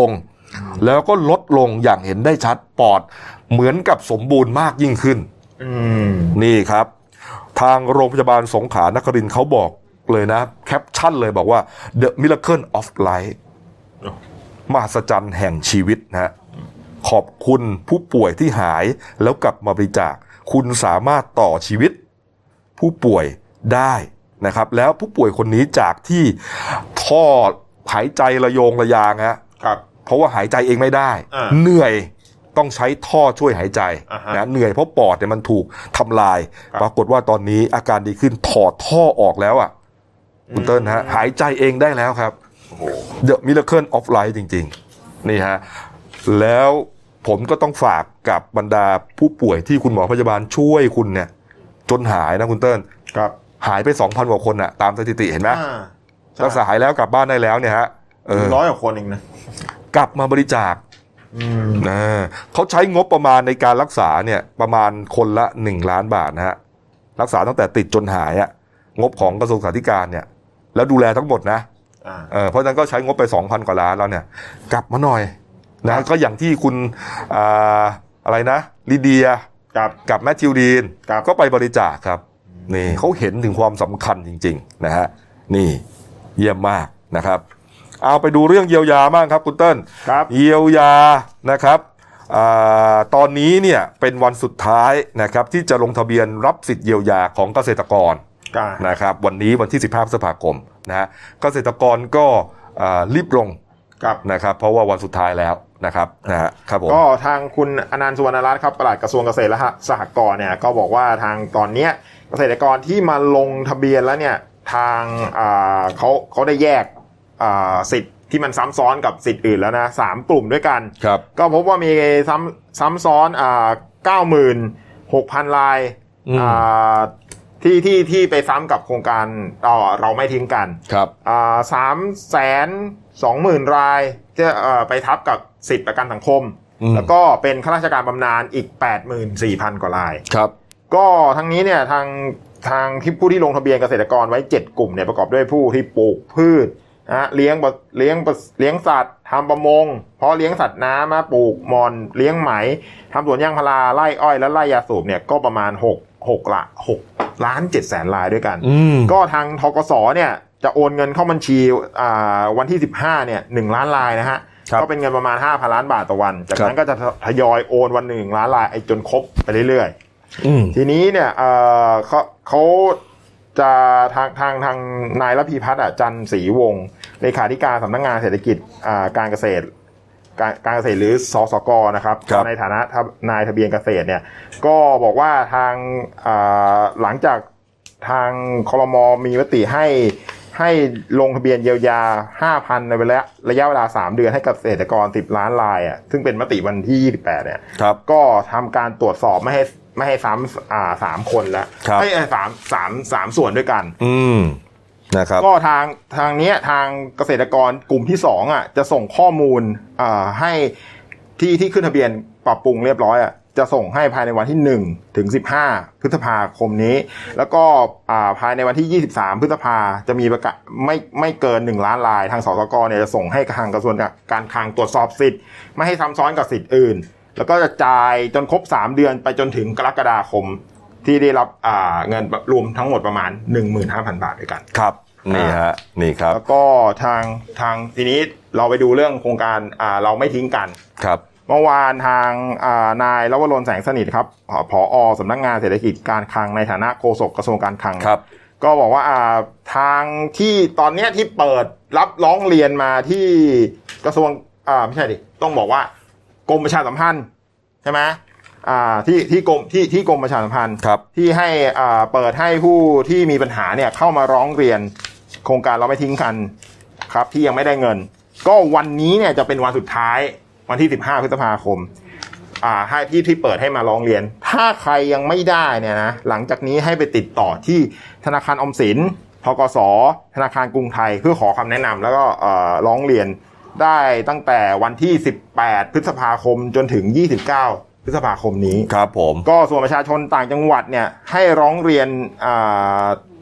แล้วก็ลดลงอย่างเห็นได้ชัดปอดเหมือนกับสมบูรณ์มากยิ่งขึ้นนี่ครับทางโรงพยาบาลสงขลานครินทร์เขาบอกเลยนะแคปชั่นเลยบอกว่า The Miracle of Life มหัศจรรย์แห่งชีวิตนะฮะขอบคุณผู้ป่วยที่หายแล้วกลับมาบริจาคคุณสามารถต่อชีวิตผู้ป่วยได้นะครับแล้วผู้ป่วยคนนี้จากที่ท่อหายใจระโยงระยางฮะครับเพราะว่าหายใจเองไม่ได้เหนื่อยต้องใช้ท่อช่วยหายใจนะเหนื่อยเพราะปอดเนี่ยมันถูกทำลายปรากฏว่าตอนนี้อาการดีขึ้นถอดท่อออกแล้วอ่ะคุณเติ้ลฮะหายใจเองได้แล้วครับ The Miracle of Life จริงๆนี่ฮะแล้วผมก็ต้องฝากกับบรรดาผู้ป่วยที่คุณหมอพยาบาลช่วยคุณเนี่ยจนหายนะคุณเติ้ลครับหายไป สองพัน กว่าคนน่ะตามสถิติเห็นไหมรักษาหายแล้วกลับบ้านได้แล้วเนี่ยฮะเออร้อยกว่าคนเองนะกลับมาบริจาคนะเขาใช้งบประมาณในการรักษาเนี่ยประมาณคนละหนึ่งล้านบาทนะฮะรักษาตั้งแต่ติดจนหายอ่ะงบของกระทรวงสาธารณสุขเนี่ยแล้วดูแลทั้งหมดนะเออเพราะฉะนั้นก็ใช้งบไป สองพัน กว่าล้านแล้วเนี่ยกลับมาหน่อยนะก็อย่างที่คุณอ่าอะไรนะลิเดียกับกับแมทธิวดีนก็ไปบริจาคครับนี่เขาเห็นถึงความสำคัญจริงๆนะฮะนี่เยี่ยมมากนะครับเอาไปดูเรื่องเยียวยาบ้างครับคุณเติ้ลเยียวยานะครับอ่าตอนนี้เนี่ยเป็นวันสุดท้ายนะครับที่จะลงทะเบียนรับสิทธิ์เยียวยาของเกษตรกรนะครับวันนี้วันที่สิบห้าพฤษภาคมนะฮะเกษตรกรก็รีบลงนะครับเพราะว่าวันสุดท้ายแล้วนะครับนะฮะครับผมก็ทางคุณอนันต์สุวรรณรัตน์ครับปลัดกระทรวงเกษตรและสหกรณ์เนี่ยก็บอกว่าทางตอนนี้เกษตรกรที่มาลงทะเบียนแล้วเนี่ยทางเขาเขาได้แยกสิทธิ์ที่มันซ้ำซ้อนกับสิทธิ์อื่นแล้วนะสามกลุ่มด้วยกันครับก็พบว่ามีซ้ำซ้ำซ้อนอ่าเก้าหมื่นหกพันรายอ่าที่ที่ที่ไปซ้ำกับโครงการต่อเราไม่ทิ้งกันครับอ่าสามแสนสองหมื่นรายที่เอ่อไปทับกับสิทธิประกันสังคมแล้วก็เป็นข้าราชการบำนาญอีก แปดหมื่นสี่พัน กว่ารายครับก็ทั้งนี้เนี่ยทางทางที่ผู้ที่ลงทะเบียนเกษตรกรไว้เจ็ดกลุ่มเนี่ยประกอบด้วยผู้ที่ปลูกพืชนะเลี้ยงเลี้ยงเลี้ยงสัตว์ทำประมงเพราะเลี้ยงสัตว์น้ำมาปลูกมอนเลี้ยงไหมทำสวนยางพาราไร่อ้อยและไร่ยาสูบเนี่ยก็ประมาณหก 6ละ6ล้านเจ็ดแสนรายด้วยกันก็ทางธกสเนี่ยจะโอนเงินเข้าบัญชีอ่าวันที่สิบห้าเนี่ยหนึ่งล้านรายนะฮะก็เป็นเงินประมาณ ห้าพัน ล้านบาทต่อวันจากนั้นก็จะทยอยโอนวันหนึ่งล้านรายไอ้จนครบไปเรื่อยๆทีนี้เนี่ยเอ่อเขาเขาจะทางทางทางนายระพีพัฒน์จันทร์ศรีวงศ์เลขาธิการสำนักงานเศรษฐกิจการเกษตรการการเกษตรหรือสสกนะครับในฐานะนายทะเบียนเกษตรเนี่ยก็บอกว่าทางหลังจากทางครม.มีมติให้ให้ลงทะเบียนเยียวยา ห้าพัน ในระยะระยะเวลาสามเดือนให้กับเกษตรกรสิบล้านรายอ่ะซึ่งเป็นมติวันที่ยี่สิบแปดเนี่ยก็ทำการตรวจสอบไม่ให้ไม่ให้ซ้ำอ่าสามคนแล้วให้สามสามสามส่วนด้วยกันอืมนะครับก็ทางทางนี้ทางเกษตรกรกลุ่มที่สองอ่ะจะส่งข้อมูลอ่าให้ที่ที่ขึ้นทะเบียนปรับปรุงเรียบร้อยอ่ะจะส่งให้ภายในวันที่หนึ่งถึงสิบห้าพฤษภาคมนี้แล้วก็อ่าภายในวันที่ยี่สิบสามพฤษภาจะมีประกาศไม่ไม่เกินหนึ่งล้านรายทางสสกเนี่ยจะส่งให้ทางกระทรวงการคลังตรวจสอบสิทธิ์ไม่ให้ซ้ำซ้อนกับสิทธิ์อื่นแล้วก็จะจ่ายจนครบสามเดือนไปจนถึงกรกฎาคมที่ได้รับอ่าเงินรวมทั้งหมดประมาณ หนึ่งหมื่นห้าพัน บาทด้วยกันครับนี่ฮะนี่ครับแล้วก็ทางทางทีนี้เราไปดูเรื่องโครงการอ่าเราไม่ทิ้งกันครับเมื่อวานทางอ่านายลวรนแสงสนิทครับผอ.สำนักงานเศรษฐกิจการคลังในฐานะโฆษกกระทรวงการคลังครับก็บอกว่าอ่าทางที่ตอนนี้ที่เปิดรับร้องเรียนมาที่กระทรวงอ่าไม่ใช่ดิต้องบอกว่ากรมประชาสัมพันธ์ใช่ไหมอ่าที่ที่กรมที่ที่กรมประชาสัมพันธ์ที่ให้อ่าเปิดให้ผู้ที่มีปัญหาเนี่ยเข้ามาร้องเรียนโครงการเราไม่ทิ้งกันครับที่ยังไม่ได้เงินก็วันนี้เนี่ยจะเป็นวันสุดท้ายวันที่สิบห้าพฤษภาคมอ่าให้ที่ที่เปิดให้มาร้องเรียนถ้าใครยังไม่ได้เนี่ยนะหลังจากนี้ให้ไปติดต่อที่ธนาคารออมสินธกส.ธนาคารกรุงไทยเพื่อขอคำแนะนำแล้วก็เอ่อร้องเรียนได้ตั้งแต่วันที่สิบแปดพฤษภาคมจนถึงยี่สิบเก้าพฤษภาคมนี้ครับผมก็ส่วนประชาชนต่างจังหวัดเนี่ยให้ร้องเรียนอ่า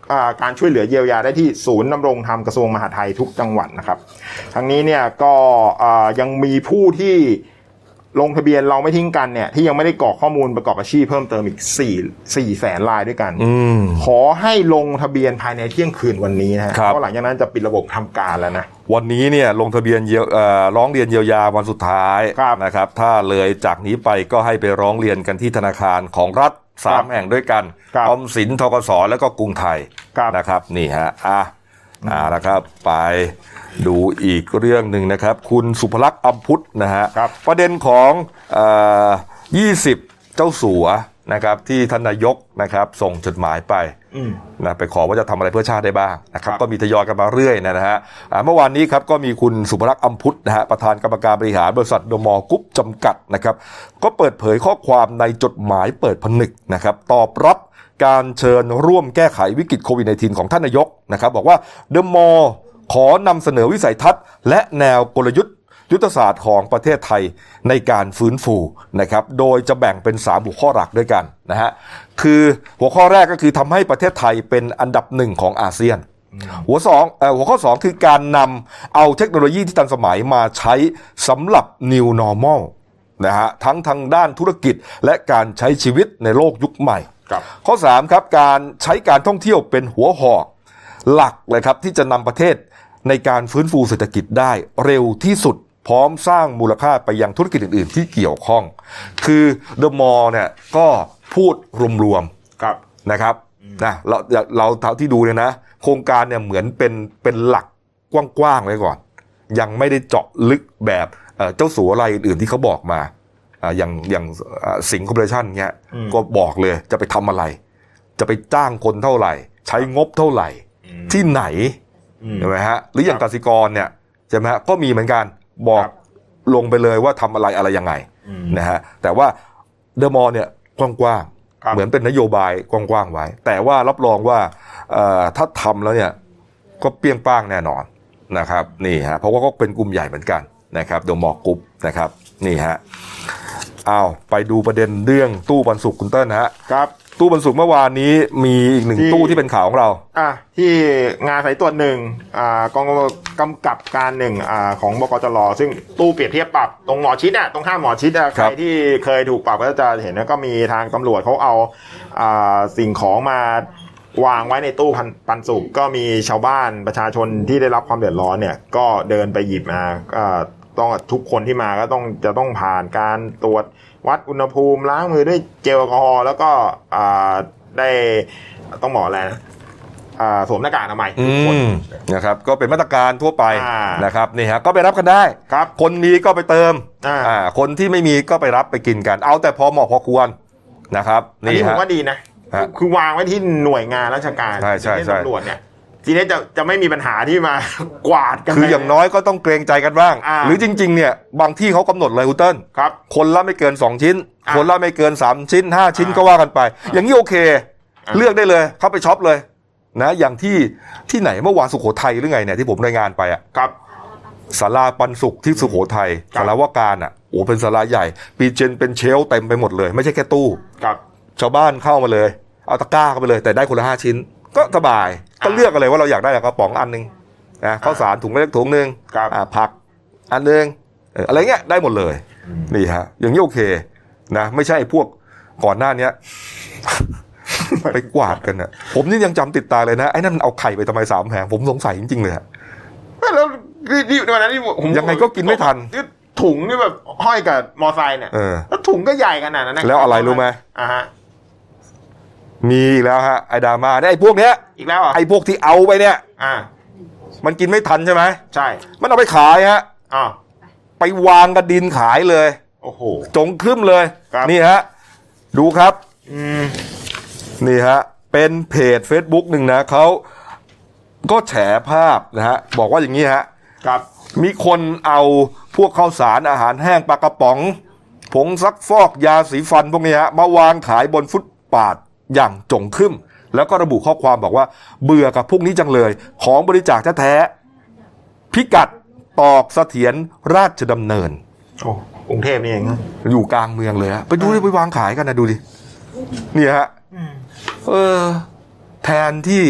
การช่วยเหลือเยียวยาได้ที่ศูนย์ดำรงธรรมกระทรวงมหาดไทยทุกจังหวัดนะครับทั้งนี้เนี่ยก็ยังมีผู้ที่ลงทะเบียนเราไม่ทิ้งกันเนี่ยที่ยังไม่ได้กรอกข้อมูลประกอบอาชีพเพิ่มเติมอีกสี่แสนรายด้วยกันขอให้ลงทะเบียนภายในเที่ยงคืนวันนี้นะเพราะหลังจากนั้นจะปิดระบบทำการแล้วนะ
วันนี้เนี่ยลงทะเบียนร้องเรียนเยียวยาวันสุดท้ายนะครับถ้าเลยจากนี้ไปก็ให้ไปร้องเรียนกันที่ธนาคารของรัฐสามแห่งด้วยกันออมสินธกสแล้วก็กรุงไทยนะครับนี่ฮะอ่ะอ่านะครับไปดูอีกเรื่องหนึ่งนะครับคุณสุภลักษณ์อำพุทธนะฮะประเด็นของเอ่อยี่สิบเจ้าสัวนะครับที่ท่านนายกนะครับส่งจดหมายไปนะไปขอว่าจะทำอะไรเพื่อชาติได้บ้างนะครับก็มีทยอยกันมาเรื่อยนะฮะเมื่อวานนี้ครับก็มีคุณสุภลักษณ์อำพุทธนะฮะประธานกรรมการบริหารบริษัทเดอะมอลล์กรุ๊ปจำกัดนะครับก็เปิดเผยข้อความในจดหมายเปิดผนึกนะครับตอบรับการเชิญร่วมแก้ไขวิกฤตโควิด สิบเก้า ของท่านนายกนะครับบอกว่าเดอะมอลล์ขอนำเสนอวิสัยทัศน์และแนวกลยุทธ์ยุทธศาสตร์ของประเทศไทยในการฟื้นฟูนะครับโดยจะแบ่งเป็นสามหัวข้อหลักด้วยกันนะฮะคือหัวข้อแรกก็คือทำให้ประเทศไทยเป็นอันดับหนึ่งของอาเซียนหัวสองเอ่อหัวข้อสองคือการนำเอาเทคโนโลยีที่ทันสมัยมาใช้สำหรับ New Normal นะฮะทั้งทางด้านธุรกิจและการใช้ชีวิตในโลกยุคใหม่ข้อสามครับการใช้การท่องเที่ยวเป็นหัวหอกหลักเลยครับที่จะนำประเทศในการฟื้นฟูเศรษฐกิจได้เร็วที่สุดพร้อมสร้างมูลค่าไปยังธุรกิจอื่นๆที่เกี่ยวข้องคือเดอะมอลล์เนี่ยก็พูดรวมๆนะครับนะเราเราเท่าที่ดูเนี่ยนะโครงการเนี่ยเหมือนเป็นเป็นหลักกว้างๆไว้ก่อนยังไม่ได้เจาะลึกแบบเจ้าสัวรายอื่นๆที่เขาบอกมาอย่างอย่างสิงห์คอร์ปอเรชั่นเงี้ยก็บอกเลยจะไปทำอะไรจะไปจ้างคนเท่าไหร่ใช้งบเท่าไหร่ที่ไหนใช่ไหมฮะหรืออย่างกสิกรเนี่ยใช่ไหมฮะก็มีเหมือนกันบอกลงไปเลยว่าทำอะไรอะไรยังไงนะฮะแต่ว่าเดอะมอลล์เนี่ยกว้างๆเหมือนเป็นนโยบายกว้างๆไว้แต่ว่ารับรองว่าถ้าทำแล้วเนี่ยก็เปี้ยงป้างแน่นอนนะครับนี่ฮะเพราะว่าก็เป็นกลุ่มใหญ่เหมือนกันนะครับเดอะมอลล์กรุ๊ปนะครับนี่ฮะอ้าวไปดูประเด็นเรื่องตู้ปันสุกคุณเติ้ลนะฮะครับตู้ปันสุกเมื่อวานนี้มีอีกหนึ่งตู้ที่เป็นข่าวของเรา
อ่ะที่งานสายตรวจหนึ่งอ่ากองกำกับการหนึ่งอ่าของบกจรซึ่งตู้เปรียบเทียบปรับตรงหมอชิดอ่ะตรงข้ามหมอชิดอ่ะใครที่เคยถูกปรับก็จะเห็นว่าก็มีทางตำรวจเขาเอาอ่าสิ่งของมาวางไว้ในตู้ปันสุกก็มีชาวบ้านประชาชนที่ได้รับความเดือดร้อนเนี่ยก็เดินไปหยิบมาอ่าต้องทุกคนที่มาก็ต้องจะต้องผ่านการตรวจวัดอุณหภูมิล้างมือด้วยเจลแอลกอฮอล์แล้วก็ได้ต้องบอกอะไรนะสวมหน้ากากอนามัยทุกคน
นะครับก็เป็นมาตรการทั่วไปนะครับนี่ฮะก็ไปรับกันได้ครับคนมีก็ไปเติมอ่าคนที่ไม่มีก็ไปรับไปกินกันเอาแต่พอเหมาะพอควรนะครับ
นี่ฮะผมว่าดีนะคือวางไว้ที่หน่วยงานราชการ
ใช่ใช่ใช่
ตำรวจเนี่ยทีนี้จะจะไม่มีปัญหาที่มากวาดกัน
คืออย่างน้อยก็ต้องเกรงใจกันบ้างหรือจริงๆเนี่ยบางที่เขากำหนดเลยคุณเติ้ลครับคนละไม่เกินสองชิ้นคนละไม่เกินสามชิ้นห้าชิ้นก็ว่ากันไปอย่างนี้โอเคเลือกได้เลยเข้าไปช็อปเลยนะอย่างที่ที่ไหนเมื่อวานสุโขทัยหรือไงเนี่ยที่ผมรายงานไปอ่ะครับศาลาปันสุขที่สุโขทัยศาลาว่าการอ่ะโอ้เป็นศาลาใหญ่ปีเจนเป็นเชลเต็มไปหมดเลยไม่ใช่แค่ตู้ครับชาวบ้านเข้ามาเลยเอาตะกร้าเข้าไปเลยแต่ได้คนละห้าชิ้นก็สบายก็เลือกกันเลยว่าเราอยากได้กระป๋องอันนึงนะข้าวสารถุงเล็กถุงนึงผักอันนึงอะไรเงี้ยได้หมดเลยนี่ฮะอย่างนี้โอเคนะไม่ใช่พวกก่อนหน้านี้ไปกวาดกันนะผมนี่ยังจำติดตาเลยนะไอ้นั่นเอาไข่ไปทำไมสามแผงผมสงสัยจริงๆเลย
แล้วนี่วันนั้นนี่ผม
ยังไงก็กินไม่ทัน
ถุงนี่แบบห้อยกับมอไซค์เนี่ยแล้วถุงก็ใหญ่ขนาดนั้น
แล้วอะไรรู้ไหม
อ่าฮะ
มีอีกแล้วฮะไอ้ดราม่าเนี่ยไอ้พวกเนี้ย
อีกแล้วอ่ะ
ไอ้พวกที่เอาไปเนี่ยอ่ามันกินไม่ทันใช่ไหม
ใช่
มันเอาไปขายฮะ
อ่า
ไปวางกระดินขายเลย
โอ้โห
จงครึ้มเลยนี่ฮะดูครับ
อืม
นี่ฮะเป็นเพจ Facebook หนึ่งนะเขาก็แฉภาพนะฮะบอกว่าอย่างนี้ฮะ
ครับ
มีคนเอาพวกข้าวสารอาหารแห้งปลากระป๋องผงซักฟอกยาสีฟันพวกนี้ฮะมาวางขายบนฟุตบาทอย่างจงครึ้มแล้วก็ระบุข้อความบอกว่าเบื่อกับพวกนี้จังเลยของบริจาคแท้ๆพิกัดตอกเสถียรราชดำเนิน
โอ้กรุงเทพนี่เอง
อยู่กลางเมืองเลยฮะไปดูดิไปวางขายกันนะดูดินี่ฮะเออแทนที่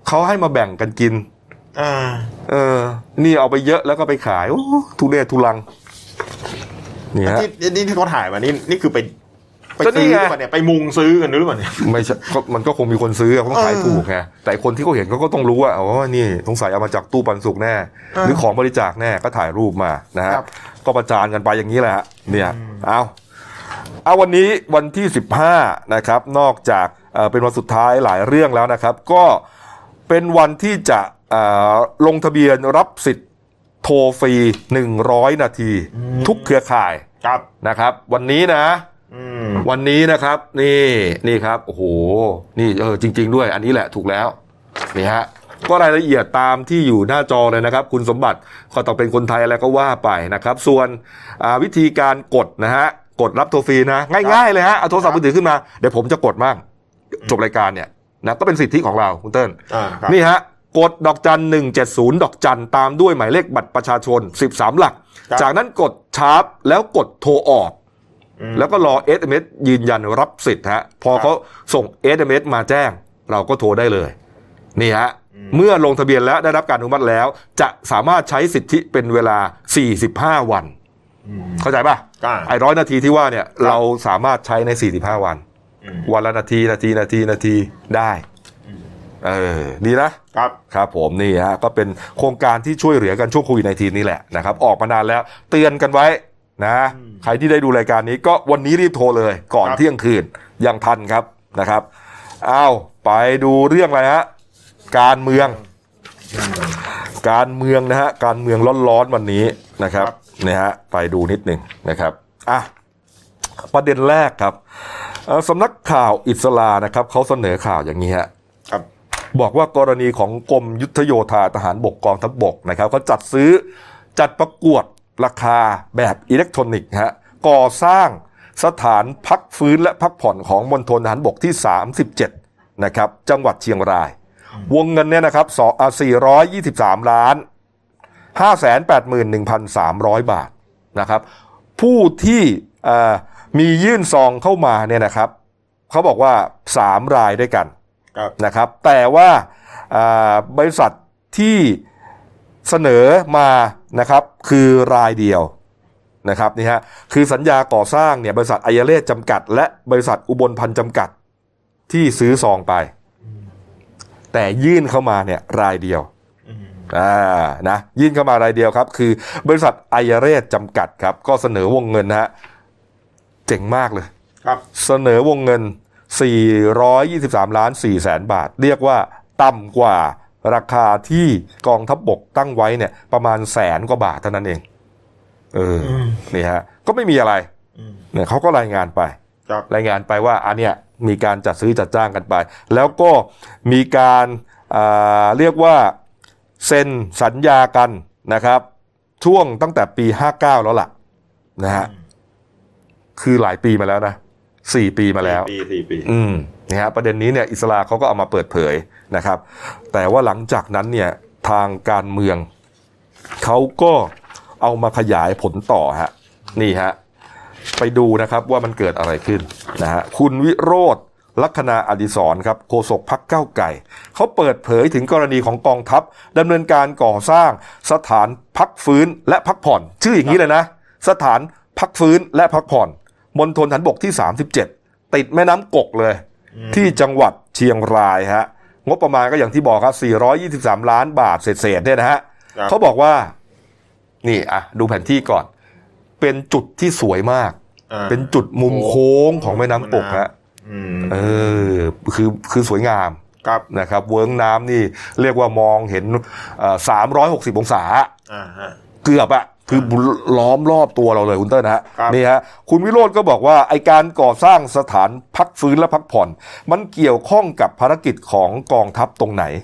เขาให้มาแบ่งกันกิน
อ่า
เออนี่เอาไปเยอะแล้วก็ไปขายโอ้ทุเรศทุลังนี่ฮะ
นี่ที่เขาถ่ายมานี่นี่คือไปไปซื้อหรือเปล่าเนี่ยไปมุงซื้อกันหรือเปล่าเนี่ย
ไม่ใช่มันก็คงมีคนซื้อเขาขายถูกไงแต่คนที่เขาเห็นเขาก็ต้องรู้ว่าอ๋อนี่สงสัยเอามาจากตู้ปันสุกแน่หรือของบริจาคแน่ก็ถ่ายรูปมานะฮะก็ประจานกันไปอย่างนี้แหละเนี่ยเอาเอาวันนี้วันที่สิบห้านะครับนอกจากเอ่อเป็นวันสุดท้ายหลายเรื่องแล้วนะครับก็เป็นวันที่จะเอ่อลงทะเบียนรับสิทธิ์โทรฟรีหนึ่งร้อยนาทีทุกเครือข่ายนะครับวันนี้นะวันนี้นะครับนี่นี่ครับโอ้โหนี่เออจริงๆด้วยอันนี้แหละถูกแล้วนี่ฮะก็รายละเอียดตามที่อยู่หน้าจอเลยนะครับคุณสมบัติก็ต้องเป็นคนไทยอะไรก็ว่าไปนะครับส่วนวิธีการกดนะฮะกดรับโทรฟรีนะง่ายๆเลยฮะเอาโทรศัพท์มือถือขึ้นมาเดี๋ยวผมจะกดมั่งจบรายการเนี่ยนะก็เป็นสิทธิของเราคุณเติ้ลนี่ฮะกดดอกจันหนึ่งเจ็ดศูนย์ดอกจันตามด้วยหมายเลขบัตรประชาชนสิบสามหลักจากนั้นกดชาร์ปแล้วกดโทรออกแล้วก็รอ เอส เอ็ม เอส ยืนยันรับสิทธิ์ฮะพอเขาส่ง เอส เอ็ม เอส มาแจ้งเราก็โทรได้เลยนี่ฮะเมื่อลงทะเบียนแล้วได้รับการอนุมัติแล้วจะสามารถใช้สิทธิเป็นเวลาสี่สิบห้าวันเข้าใจป่ะไอ้ร้อยนาทีที่ว่าเนี่ยเราสามารถใช้ในสี่สิบห้าวันวันละนาทีนาทีนาทีนาทีได้เออดีนะครับครับผมนี่ฮะก็เป็นโครงการที่ช่วยเหลือกันช่วงโควิดสิบเก้า นี่แหละนะครับออกมานานแล้วเตือนกันไว้นะใครที่ได้ดูรายการนี้ก็วันนี้รีบโทรเลยก่อนเที่ยงคืนยังทันครับนะครับอ้าวไปดูเรื่องอะไรฮะการเมืองการเมืองนะฮะการเมืองร้อนๆวันนี้นะครับเนี่ยฮะไปดูนิดหนึ่งนะครับอ่ะประเด็นแรกครับสำนักข่าวอิสลานะครับเขาเสนอข่าวอย่างนี้ฮะบอกว่ากรณีของกรมยุทธโยธาทหารบกกองทัพบกนะครับเขาจัดซื้อจัดประกวดราคาแบบอิเล็กทรอนิกส์ฮะก่อสร้างสถานพักฟื้นและพักผ่อนของมณฑลทหารบกที่สามสิบเจ็ดนะครับจังหวัดเชียงรายวงเงินเนี่ยนะครับสี่ร้อยยี่สิบสามล้านห้าแสนแปดหมื่นหนึ่งพันสามร้อยบาทนะครับผู้ที่มียื่นซองเข้ามาเนี่ยนะครับเขาบอกว่าสามรายด้วยกันนะครับแต่ว่าบริษัทที่เสนอมานะครับคือรายเดียวนะครับนี่ฮะคือสัญญาก่อสร้างเนี่ยบริษัทไอยเลศจำกัดและบริษัทอุบลพันธ์จำกัดที่ซื้อซองไปแต่ยื่นเข้ามาเนี่ยรายเดียวอ่านะยื่นเข้ามารายเดียวครับคือบริษัทไอยเลศจำกัดครับก็เสนอวงเงินนะฮะเจ๋งมากเลยครับเสนอวงเงินสี่ร้อยยี่สิบสามล้านสี่แสนบาทเรียกว่าต่ำกว่าราคาที่กองทัพบกตั้งไว้เนี่ยประมาณแสนกว่าบาทเท่านั้นเองเออนี่ฮะก็ไม่มีอะไรเนี่ยเขาก็รายงานไปรายงานไปว่าอันเนี้ยมีการจัดซื้อจัดจ้างกันไปแล้วก็มีการอ่าเรียกว่าเซ็นสัญญากันนะครับช่วงตั้งแต่ปีห้าสิบเก้าแล้วล่ะนะฮะคือหลายปีมาแล้วนะสี่ปีมาแล้ว
สี่ปีสี่ปี
อืมนะฮะประเด็นนี้เนี่ยอิสลาเขาก็เอามาเปิดเผยนะครับแต่ว่าหลังจากนั้นเนี่ยทางการเมืองเขาก็เอามาขยายผลต่อฮะนี่ฮะไปดูนะครับว่ามันเกิดอะไรขึ้นนะฮะคุณวิโรจน์ลัคนาอดิศรครับโฆษกพรรคก้าวไกลเขาเปิดเผยถึงกรณีของกองทัพดำเนินการก่อสร้างสถานพักฟื้นและพักผ่อนชื่ออย่างนี้เลยนะสถานพักฟื้นและพักผ่อนมณฑลทหารบกที่สามสิบเจ็ดติดแม่น้ำกกเลยที่จังหวัดเชียงรายฮะงบประมาณก็อย่างที่บอกครับสี่ร้อยยี่สิบสามล้านบาทเศษๆเนี่ยนะฮะเขาบอกว่านี่อ่ะดูแผนที่ก่อนเป็นจุดที่สวยมากเป็นจุดมุมโค้งของแม่น้ำกกฮะเออคือคือสวยงามนะครับเวิ้งน้ำนี่เรียกว่ามองเห็นสามร้อยหกสิบองศาเกือบอะคือล้อมรอบตัวเราเลยคุณเต้นนะฮะนี่ฮะคุณวิโรจน์ก็บอกว่าไอการก่อสร้างสถานพักฟื้นและพักผ่อนมันเกี่ยวข้องกับภารกิจของกองทัพตรงไหน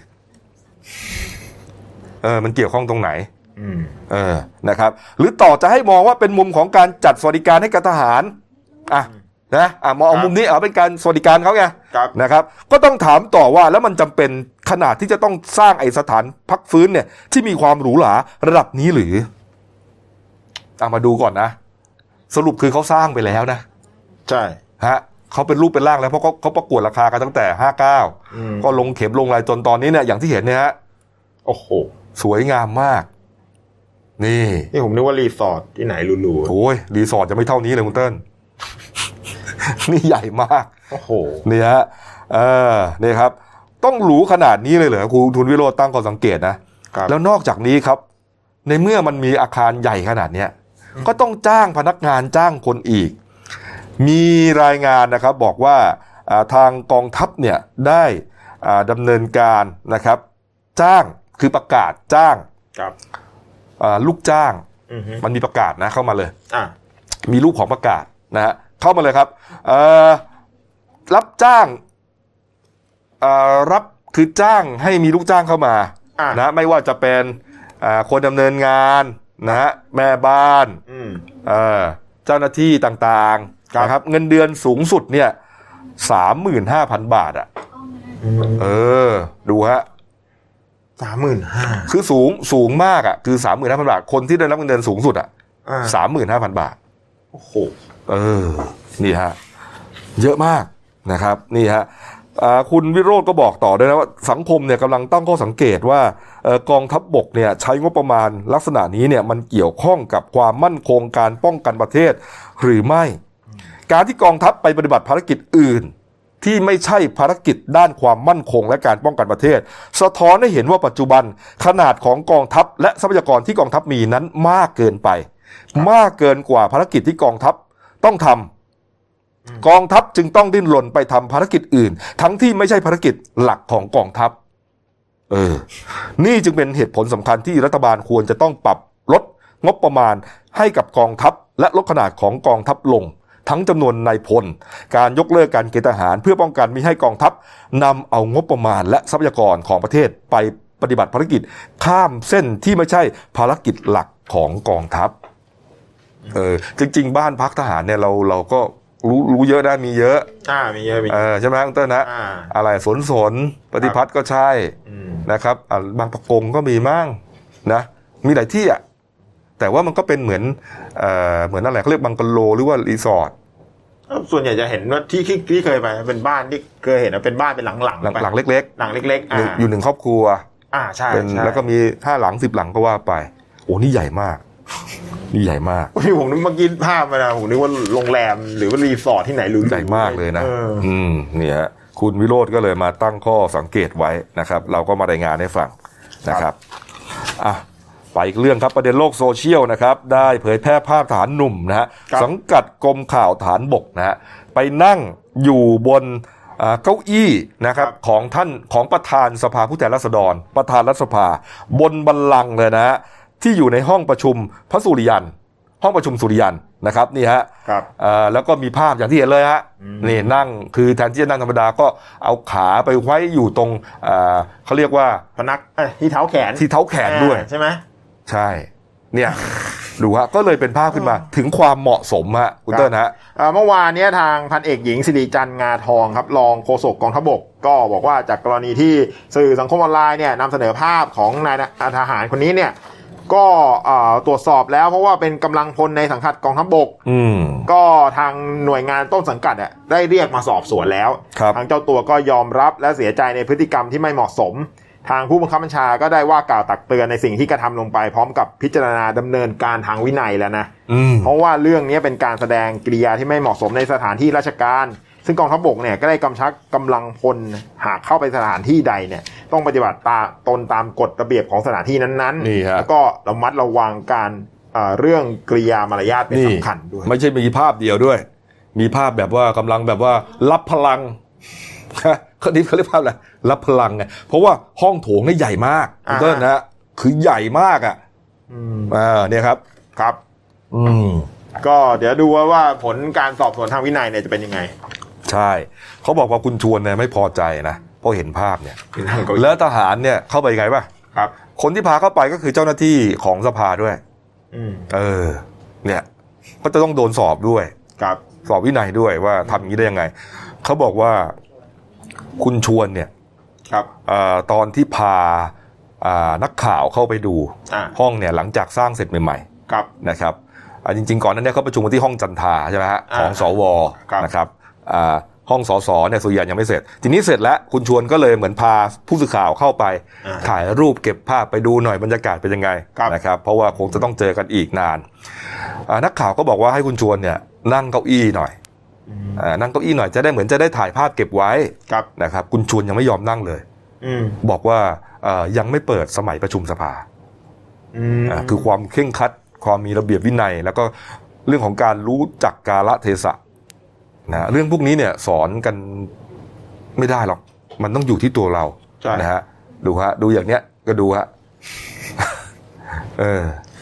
เออมันเกี่ยวข้องตรงไหนเออนะครับหรือต่อจะให้มองว่าเป็นมุมของการจัดสวัสดิการให้กับทหารอ่ะนะอ่ะมองเอามุมนี้เอาเป็นการสวัสดิการเขาไงนะครับก็ต้องถามต่อว่าแล้วมันจำเป็นขนาดที่จะต้องสร้างไอสถานพักฟื้นเนี่ยที่มีความหรูหราระดับนี้หรือเอามาดูก่อนนะสรุปคือเขาสร้างไปแล้วนะ
ใช่
ฮะเขาเป็นรูปเป็นร่างแล้วเพราะเขาเขาประกวดราคากันตั้งแต่ห้าเก้าก็ลงเข็มลงลายจนตอนนี้เนี่ยอย่างที่เห็นเนี่ยฮะ
โอ้โห
สวยงามมากนี่
นี่ผมนึกว่ารีสอร์ทที่ไหนหรูๆ
โอ้ยรีสอร์ทจะไม่เท่านี้เลยคุณเติ้ล นี่ใหญ่มาก
โอ้โห
นี่ฮะเออนี่ครับต้องหรูขนาดนี้เลยเหรอคุณทุนวิโรจน์ตั้งข้อสังเกตนะแล้วนอกจากนี้ครับในเมื่อมันมีอาคารใหญ่ขนาดนี้ก็ต้องจ้างพนักงานจ้างคนอีกมีรายงานนะครับบอกว่าทางกองทัพเนี่ยได้ดำเนินการนะครับจ้างคือประกาศจ้างลูกจ้างมันมีประกาศนะเข้ามาเลยมีรูปของประกาศนะฮะเข้ามาเลยครับรับจ้างรับคือจ้างให้มีลูกจ้างเข้ามานะไม่ว่าจะเป็นคนดำเนินงานนะฮะแม่บ้านเจ้าหน้าที่ต่างๆนะครับเงินเดือนสูงสุดเนี่ยสามหมื่นห้าพันบาทอ่ะเออดูฮะ
สามหมื่นห้า
คือสูงสูงมากอ่ะคือสามหมื่นห้าพันบาทคนที่ได้รับเงินเดือนสูงสุดอ่ะสามหมื่นห้าพันบาท
โอ้โห
เออนี่ฮะเยอะมากนะครับนี่ฮะคุณวิโรจน์ก็บอกต่อด้วยนะว่าสังคมเนี่ยกำลังตั้งข้อสังเกตว่ากองทัพบกเนี่ยใช้งบประมาณลักษณะนี้เนี่ยมันเกี่ยวข้องกับความมั่นคงการป้องกันประเทศหรือไม่การที่กองทัพไปปฏิบัติภารกิจอื่นที่ไม่ใช่ภารกิจด้านความมั่นคงและการป้องกันประเทศสะท้อนให้เห็นว่าปัจจุบันขนาดของกองทัพและทรัพยากรที่กองทัพมีนั้นมากเกินไปมากเกินกว่าภารกิจที่กองทัพต้องทำกองทัพจึงต้องดิ้นรนไปทำภารกิจอื่นทั้งที่ไม่ใช่ภารกิจหลักของกองทัพเออนี่จึงเป็นเหตุผลสำคัญที่รัฐบาลควรจะต้องปรับลดงบประมาณให้กับกองทัพและลดขนาดของกองทัพลงทั้งจำนวนนายพลการยกเลิกการเกณฑ์ทหารเพื่อป้องกันมิให้กองทัพนำเอางบประมาณและทรัพยากรของประเทศไปปฏิบัติภารกิจข้ามเส้นที่ไม่ใช่ภารกิจหลักของกองทัพเออจริงๆบ้านพักทหารเนี่ยเราเราก็รู้รู้เยอะนะมีเยอะ
อ่ามีเยอะมี
เออใช่ไหมคุณเต้นนะอะไรสนสนปฏิพัฒน์ก็ใช่นะครับอ่าบางประกงก็มีมั่งนะมีหลายที่อ่ะแต่ว่ามันก็เป็นเหมือนเอ่อเหมือนอะไรเขาเรียกบังกะโลหรือว่ารีสอร์ท
ส่วนใหญ่จะเห็นว่าที่ที่ที่เคยไปเป็นบ้านที่เคยเห็นว่าเป็นบ้านเป็นหลังๆห
ลังเล็ก
ๆหลังเล็ก
ๆอยู่หนึ่งครอบครัว
อ่าใช่
แล้วก็มีห้าหลังสิบหลังก็ว่าไปโอ้นี่ใหญ่มากนี่ใหญ่มาก
พี่ผมนึกเมื่อกี้ภาพมานะผมนึกว่าโรงแรมหรือว่ารีสอร์ทที่ไหนหรือ
ใหญ่มากเลยนะอืมเนี่ยคุณวิโรจน์ก็เลยมาตั้งข้อสังเกตไว้นะครับเราก็มารายงานให้ฟังนะครับอ่ะไปอีกเรื่องครับประเด็นโลกโซเชียลนะครับได้เผยแพร่ภาพทหารหนุ่มนะฮะสังกัดกรมข่าวฐานบกนะฮะไปนั่งอยู่บนเก้าอี้นะครับของท่านของประธานสภาผู้แทนราษฎรประธานรัฐสภาบนบัลลังก์เลยนะฮะที่อยู่ในห้องประชุมพระสุริยันห้องประชุมสุริยันนะครับนี่ฮะแล้วก็มีภาพอย่างที่เห็นเลยฮะนี่นั่งคือแทนที่จะนั่งธรรมดาก็เอาขาไปไว้อยู่ตรงเขาเรียกว่า
พนักที่เท้าแขน
ที่เท้าแขนด้วย
ใช่ไหม
ใช่เนี่ยดูฮะก็เลยเป็นภาพขึ้นมาถึงความเหมาะสมฮะคุณเติ้ลฮะ
เมื่อวานนี้ทางพันเอกหญิงสิริจันทร์งาทองครับรองโฆษกกองทัพบกก็บอกว่าจากกรณีที่สื่อสังคมออนไลน์เนี่ยนำเสนอภาพของนายทหารคนนี้เนี่ยก็ตรวจสอบแล้วเพราะว่าเป็นกำลังพลในสังกัดกองทัพบกก็ทางหน่วยงานต้นสังกัดอ่ะได้เรียกมาสอบสวนแล้วทางเจ้าตัวก็ยอมรับและเสียใจในพฤติกรรมที่ไม่เหมาะสมทางผู้บังคับบัญชาก็ได้ว่ากล่าวตักเตือนในสิ่งที่กระทำลงไปพร้อมกับพิจารณาดำเนินการทางวินัยแล้วนะเพราะว่าเรื่องนี้เป็นการแสดงกิริยาที่ไม่เหมาะสมในสถานที่ราชการซึ่งกองทัพบกเนี่ยก็ได้กำชับกำลังพลหากเข้าไปสถานที่ใดเนี่ยต้องปฏิบัติตามตนตามกฎระเบียบของสถานที่นั้นๆแล้วก็ระมัดระวังการเรื่องกริยามารยาทเป็นสำคัญด้วย
ไม่ใช่มีภาพเดียวด้วยมีภาพแบบว่ากำลังแบบว่ารับพลังเขาดิเขาเรียกภาพอะไรรับพลังไงเพราะว่าห้องโถงนี่ใหญ่มากเติ้ลนะคือใหญ่มากอ่ะอ่าเนี่ยครับ
ครับอืมก็เดี๋ยวดูว่าว่าผลการสอบสวนทางวินัยเนี่ยจะเป็นยังไง
ใช่เขาบอกว่าคุณชวนเนี่ยไม่พอใจนะเพราะเห็นภาพเนี่ยแล้วทหารเนี่ยเข้าไปยังไงป่ะ
ครับ
คนที่พาเข้าไปก็คือเจ้าหน้าที่ของสภาด้วย
อืม
เออเนี่ยก็จะต้องโดนสอบด้วย
ครับ
สอบวินัยด้วยว่าทำอย่างนี้ได้ยังไงเขาบอกว่าคุณชวนเนี่ย
ครับ
ตอนที่พานักข่าวเข้าไปดูห้องเนี่ยหลังจากสร้างเสร็จใหม่ๆนะครับจริงๆก่อนนั้นเนี่ยเขาประชุมกันที่ห้องจันทาใช่ไหมฮะของสวนะครับอ่าห้องสสเนี่ยส่วนใหญ่ยังไม่เสร็จทีนี้เสร็จแล้วคุณชวนก็เลยเหมือนพาผู้สื่อข่าวเข้าไปถ่ายรูปเก็บภาพไปดูหน่อยบรรยากาศเป็นยังไงนะครับเพราะว่าคงจะต้องเจอกันอีกนานนักข่าวก็บอกว่าให้คุณชวนเนี่ยนั่งเก้าอี้หน่อยนั่งเก้าอี้หน่อยจะได้เหมือนจะได้ถ่ายภาพเก็บไว้นะครับคุณชวนยังไม่ยอมนั่งเลยบอกว่ายังไม่เปิดสมัยประชุมสภาคือความเคร่งครัดความมีระเบียบวินัยแล้วก็เรื่องของการรู้จักกาลเทศะนะเรื่องพวกนี้เนี่ยสอนกันไม่ได้หรอกมันต้องอยู่ที่ตัวเรานะฮะดูฮะดูอย่างเนี้ยก็ดูฮะเออ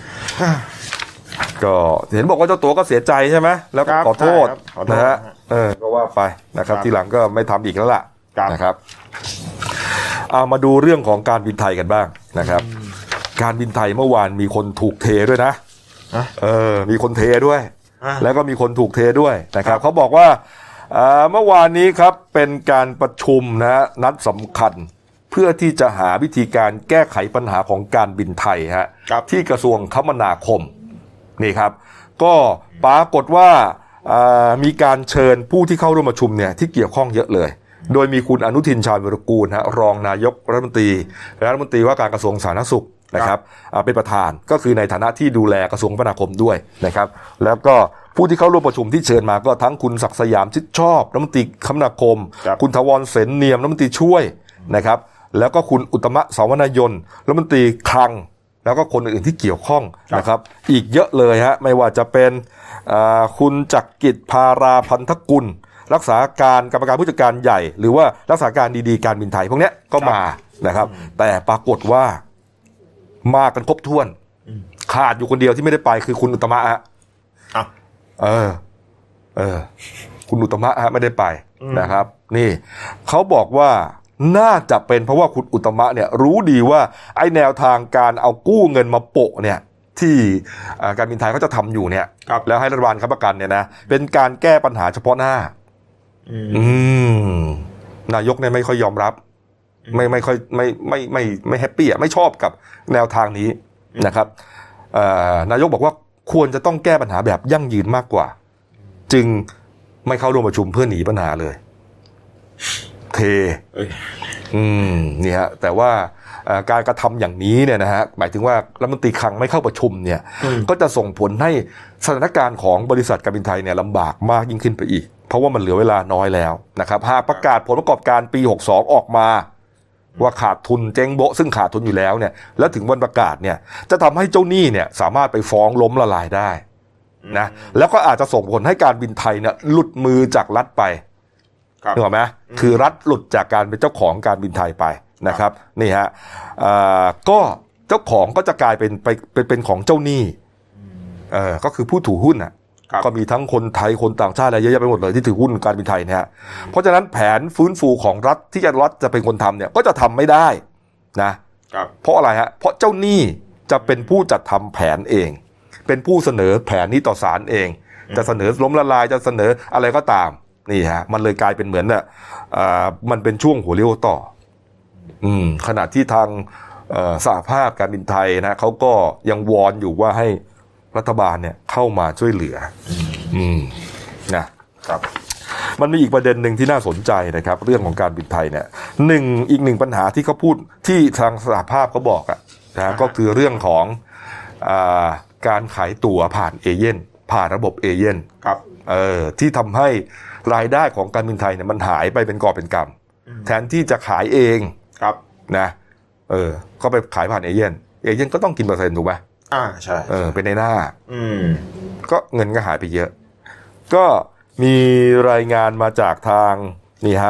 ก็เห็นบอกว่าเจ้าตัวก็เสียใจใช่ไหมแล้วก็ขอโทษนะฮะเออก็ว่าไปนะครับทีหลังก็ไม่ทำอีกแล้วล่ะนะครับเอามาดูเรื่องของการบินไทยกันบ้างนะครับการบินไทยเมื่อวานมีคนถูกเทด้วยนะเออมีคนเทด้วยแล้วก็มีคนถูกเทด้วยนะครับเขาบอกว่าเมื่อวานนี้ครับเป็นการประชุมนะนัดสำคัญเพื่อที่จะหาวิธีการแก้ไขปัญหาของการบินไทยฮะที่กระทรวงคมนาคมนี่ครับก็ปรากฏว่ามีการเชิญผู้ที่เข้าร่วมประชุมเนี่ยที่เกี่ยวข้องเยอะเลยโดยมีคุณอนุทินชาญวิรากูลฮะรองนายกรัฐมนตรีรัฐมนตรีว่าการกระทรวงสาธารณสุขนะครับเป็นประธานก็คือในฐานะที่ดูแลกระทรวงคมนาคมด้วยนะครับแล้วก็ผู้ที่เข้าร่วมประชุมที่เชิญมาก็ทั้งคุณศักดิ์สยามชิดชอบรัฐมนตรีคมนาคมคุณถาวรเสนเนียมรัฐมนตรีช่วยนะครับแล้วก็คุณอุตตมะสาวนายนรัฐมนตรีคลังแล้วก็คนอื่นที่เกี่ยวข้องนะครับอีกเยอะเลยฮะไม่ว่าจะเป็นคุณจักรกิจพาราพันธกุลรักษาการกรรมการผู้จัดการใหญ่หรือว่ารักษาการดีๆการบินไทยพวกนี้ก็มานะครับแต่ปรากฏว่ามากันครบถ้วนขาดอยู่คนเดียวที่ไม่ได้ไปคือคุณอุตตมะฮะเออเออคุณอุตตมะฮะไม่ได้ไปนะครับนี่เขาบอกว่าน่าจะเป็นเพราะว่าคุณอุตตมะเนี่ยรู้ดีว่าไอ้แนวทางการเอากู้เงินมาโปะเนี่ยที่การบินไทยเขาจะทำอยู่เนี่ยแล้วให้รัฐบาลค้ำประกันเนี่ยนะเป็นการแก้ปัญหาเฉพาะหน้าอืมนายกเนี่ยไม่ค่อยยอมรับไม่ไม่ค่อยไม่ไม่ไม่ไม่แฮปปี้อ่ะไม่ชอบกับแนวทางนี้นะครับนายกบอกว่าควรจะต้องแก้ปัญหาแบบยั่งยืนมากกว่าจึงไม่เข้าร่วมประชุมเพื่อหนีปัญหาเลยเทอืมนี่ฮะแต่ว่าการกระทำอย่างนี้เนี่ยนะฮะหมายถึงว่ารัฐมนตรีคลังไม่เข้าประชุมเนี่ยก็จะส่งผลให้สถานการณ์ของบริษัทการบินไทยเนี่ยลำบากมากยิ่งขึ้นไปอีกเพราะว่ามันเหลือเวลาน้อยแล้วนะครับหากประกาศผลประกอบการปีหกสิบสองออกมาว่าขาดทุนเจ๊งโบ๊ะซึ่งขาดทุนอยู่แล้วเนี่ยแล้วถึงวันประกาศเนี่ยจะทำให้เจ้าหนี้เนี่ยสามารถไปฟ้องล้มละลายได้นะแล้วก็อาจจะส่งผลให้การบินไทยเนี่ยหลุดมือจากรัฐไปนึกออกไหมคือรัฐหลุดจากการเป็นเจ้าของการบินไทยไปนะครับนี่ฮะก็เจ้าของก็จะกลายเป็นไปเป็นของเจ้าหนี้เออก็คือผู้ถือหุ้นอ่ะก็มีทั้งคนไทยคนต่างชาติอะไรเยอะแยะไปหมดเลยที่ถือหุ้นการบินไทยเนี่ยเพราะฉะนั้นแผนฟื้นฟูของรัฐที่จะรัฐจะเป็นคนทำเนี่ยก็จะทำไม่ได้นะเพราะอะไรฮะเพราะเจ้าหนี้จะเป็นผู้จัดทำแผนเองเป็นผู้เสนอแผนนี้ต่อศาลเองจะเสนอล้มละลายจะเสนออะไรก็ตามนี่ฮะมันเลยกลายเป็นเหมือนน่ะมันเป็นช่วงหัวเลี้ยวต่ออืมขณะที่ทางสหภาพการบินไทยนะเขาก็ยังวอนอยู่ว่าให้รัฐบาลเนี่ยเข้ามาช่วยเหลืออืมนะครับมันมีอีกประเด็นหนึ่งที่น่าสนใจนะครับเรื่องของการบินไทยเนี่ยหนึ่งอีกหนึ่งปัญหาที่เขาพูดที่ทางสหภาพเขาบอกอะนะก็คือเรื่องของอ่าการขายตั๋วผ่านเอเย่นผ่านระบบเอเย่นครับเออที่ทำให้รายได้ของการบินไทยเนี่ยมันหายไปเป็นกอบเป็นกำแทนที่จะขายเองครับนะเออก็ไปขายผ่านเอเย่นเอเย่นก็ต้องกินเปอร์เซ็นต์ถูกไหมอ่าใช่เออเป็นในหน้าอืมก็เงินก็หายไปเยอะก็มีรายงานมาจากทางนี่ฮะ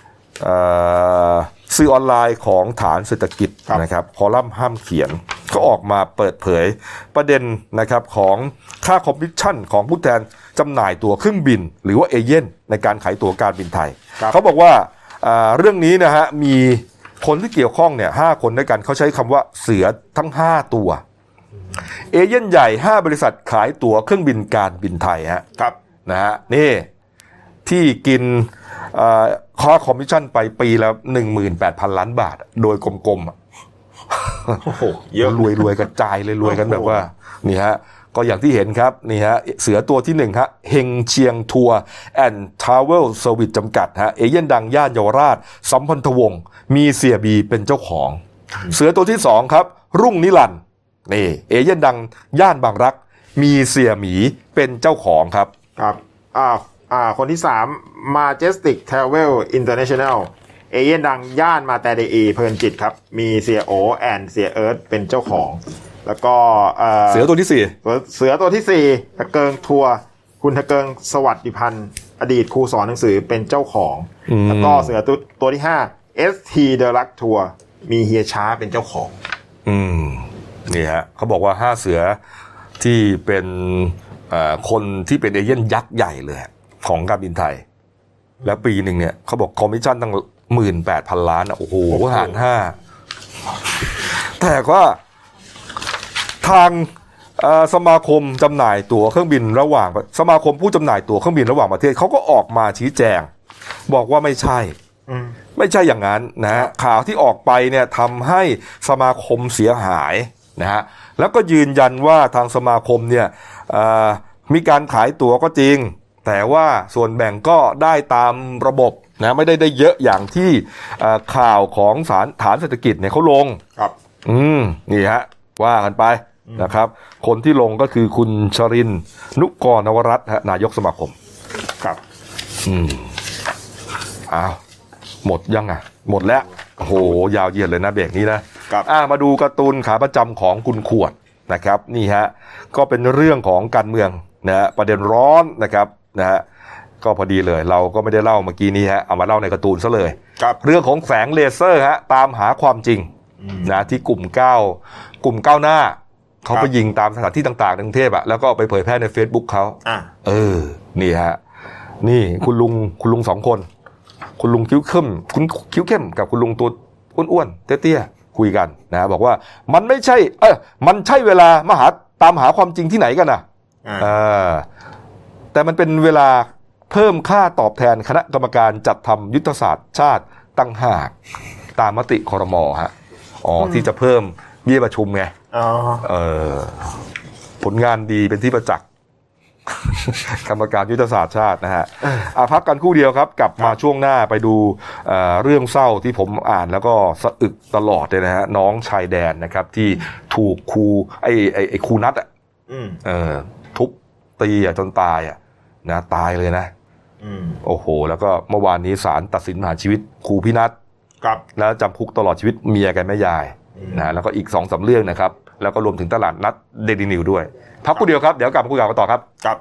สื่อออนไลน์ของฐานเศรษฐกิจนะครับคอลัมน์ห้ามเขียนก็ออกมาเปิดเผยประเด็นนะครับของค่าคอมมิชชั่นของผู้แทนจำหน่ายตั๋วเครื่องบินหรือว่าเอเย่นในการขายตั๋วการบินไทยเขาบอกว่าเรื่องนี้นะฮะมีคนที่เกี่ยวข้องเนี่ยห้าคนด้วยกันเขาใช้คำว่าเสือทั้งห้าตัวเอเย่นใหญ่ห้าบริษัทขายตั๋วเครื่องบินการบินไทยฮะครับนะฮะนี่ที่กินค่าคอมมิชชั่นไปปีละ หนึ่งหมื่นแปดพัน ล้านบาทโดยกลมๆอ่ะโอ้โหเยอะรวยๆกระจายเลยรวยกันแบบว่านี่ฮะก็อย่างที่เห็นครับนี่ฮะเสือตัวที่หนึ่งฮะเฮงเชียงทัวร์แอนด์ทราเวลเซอร์วิสจำกัดฮะเอเย่นดังย่านเยาวราชสัมพันธวงศ์มีเสียบีเป็นเจ้าของเสือตัวที่สองครับรุ่งนิรันดร์นี่เอเย่นดังย่านบางรักมีเสียหมีเป็นเจ้าของครับ
ครับอ่าอ่าคนที่สาม Majestic Travel International เอเย่นดังย่านมาแต่เดอีเพลินจิตครับมีเสียโอแอนเสียเอิร์ธเป็นเจ้าของแล้วก็
เสือตัวที่สี่
เสือตัวที่สี่ตะเกิงทัวร์คุณตะเกิงสวัสดิพันธ์อดีตครูสอนหนังสือเป็นเจ้าของแล้วก็เสือตัวตัวที่ห้า เอส ที The Luck Tour มีเฮียช้าเป็นเจ้าของ
อืมนี่ฮะเขาบอกว่าห้าเสือที่เป็นคนที่เป็นเอเย่นยักษ์ใหญ่เลยของการบินไทยแล้วปีหนึ่งเนี่ยเขาบอกคอมมิชชั่นตั้งหมื่นแปดพันล้านอ่ะโอ้โหหารห้าแต่ว่าทางสมาคมจำหน่ายตั๋วเครื่องบินระหว่างสมาคมผู้จำหน่ายตั๋วเครื่องบินระหว่างประเทศเขาก็ออกมาชี้แจงบอกว่าไม่ใช่ไม่ใช่อย่างนั้นนะข่าวที่ออกไปเนี่ยทำให้สมาคมเสียหายนะฮะแล้วก็ยืนยันว่าทางสมาคมเนี่ยมีการขายตั๋วก็จริงแต่ว่าส่วนแบ่งก็ได้ตามระบบนะไม่ได้ได้เยอะอย่างที่ข่าวของสารฐานเศรษฐกิจเนี่ยเขาลง
ครับ
อืมนี่ฮะว่ากันไปนะครับคนที่ลงก็คือคุณชรินทร์นุกรนวรัตน์นายกสมาคม
ครับ
อืมอ้าวหมดยังอ่ะหมดแล้วโอ้โหยาวเหยียดเลยนะเบรกนี้นะครับอ่ามาดูการ์ตูนขาประจำของคุณขวดนะครับนี่ฮะก็เป็นเรื่องของการเมืองนะฮะประเด็นร้อนนะครับนะฮะก็พอดีเลยเราก็ไม่ได้เล่าเมื่อกี้นี้ฮะเอามาเล่าในการ์ตูนซะเลย
ครับ
เรื่องของแสงเลเซอร์ฮะตามหาความจริงนะที่กลุ่มเก้ากลุ่มก้าวหน้าเขาไปยิงตามสถานที่ต่างๆในกรุงเทพอะแล้วก็ไปเผยแพร่ใน Facebook เขาเออนี่ฮะนี่คุณลุงคุณลุงสองคนคุณลุงคิ้วเข้มคุณคิ้วเข้มกับคุณลุงตัวอ้วนๆเตี้ยๆคุยกันนะบอกว่ามันไม่ใช่เออมันใช่เวลามาหาตามหาความจริงที่ไหนกันน่ะอ่าแต่มันเป็นเวลาเพิ่มค่าตอบแทนคณะกรรมการจัดทำยุทธศาสตร์ชาติตั้งหากตามมติครม.ฮะอ๋อที่จะเพิ่มเบี้ยประชุมไง
อ๋อ
เออผลงานดีเป็นที่ประจักษ์กรรมการยุทธศาสตร์ชาตินะฮะอ่ะพักกันคู่เดียวครับกลับมาช่วงหน้าไปดูเอ่อเรื่องเศร้าที่ผมอ่านแล้วก็สะอึกตลอดเลยนะฮะน้องชายแดนนะครับที่ถูกครูไอ้ไอ้ไอ้ครูนัทอ่ะเออทุบตีอ่ะจนตายอ่ะนะตายเลยนะโอ้โหแล้วก็เมื่อวานนี้ศาลตัดสินประหารชีวิตครูพี่นัท
ครับ
แล้วจำคุกตลอดชีวิตเมียกันแม่ยายนะแล้วก็อีก สองสาม เรื่องนะครับแล้วก็รวมถึงตลาดนัดเดลินิวด้วยพักคู่เดียวครับเดี๋ยวกลับมาคุยกันต่อครับ
ครับ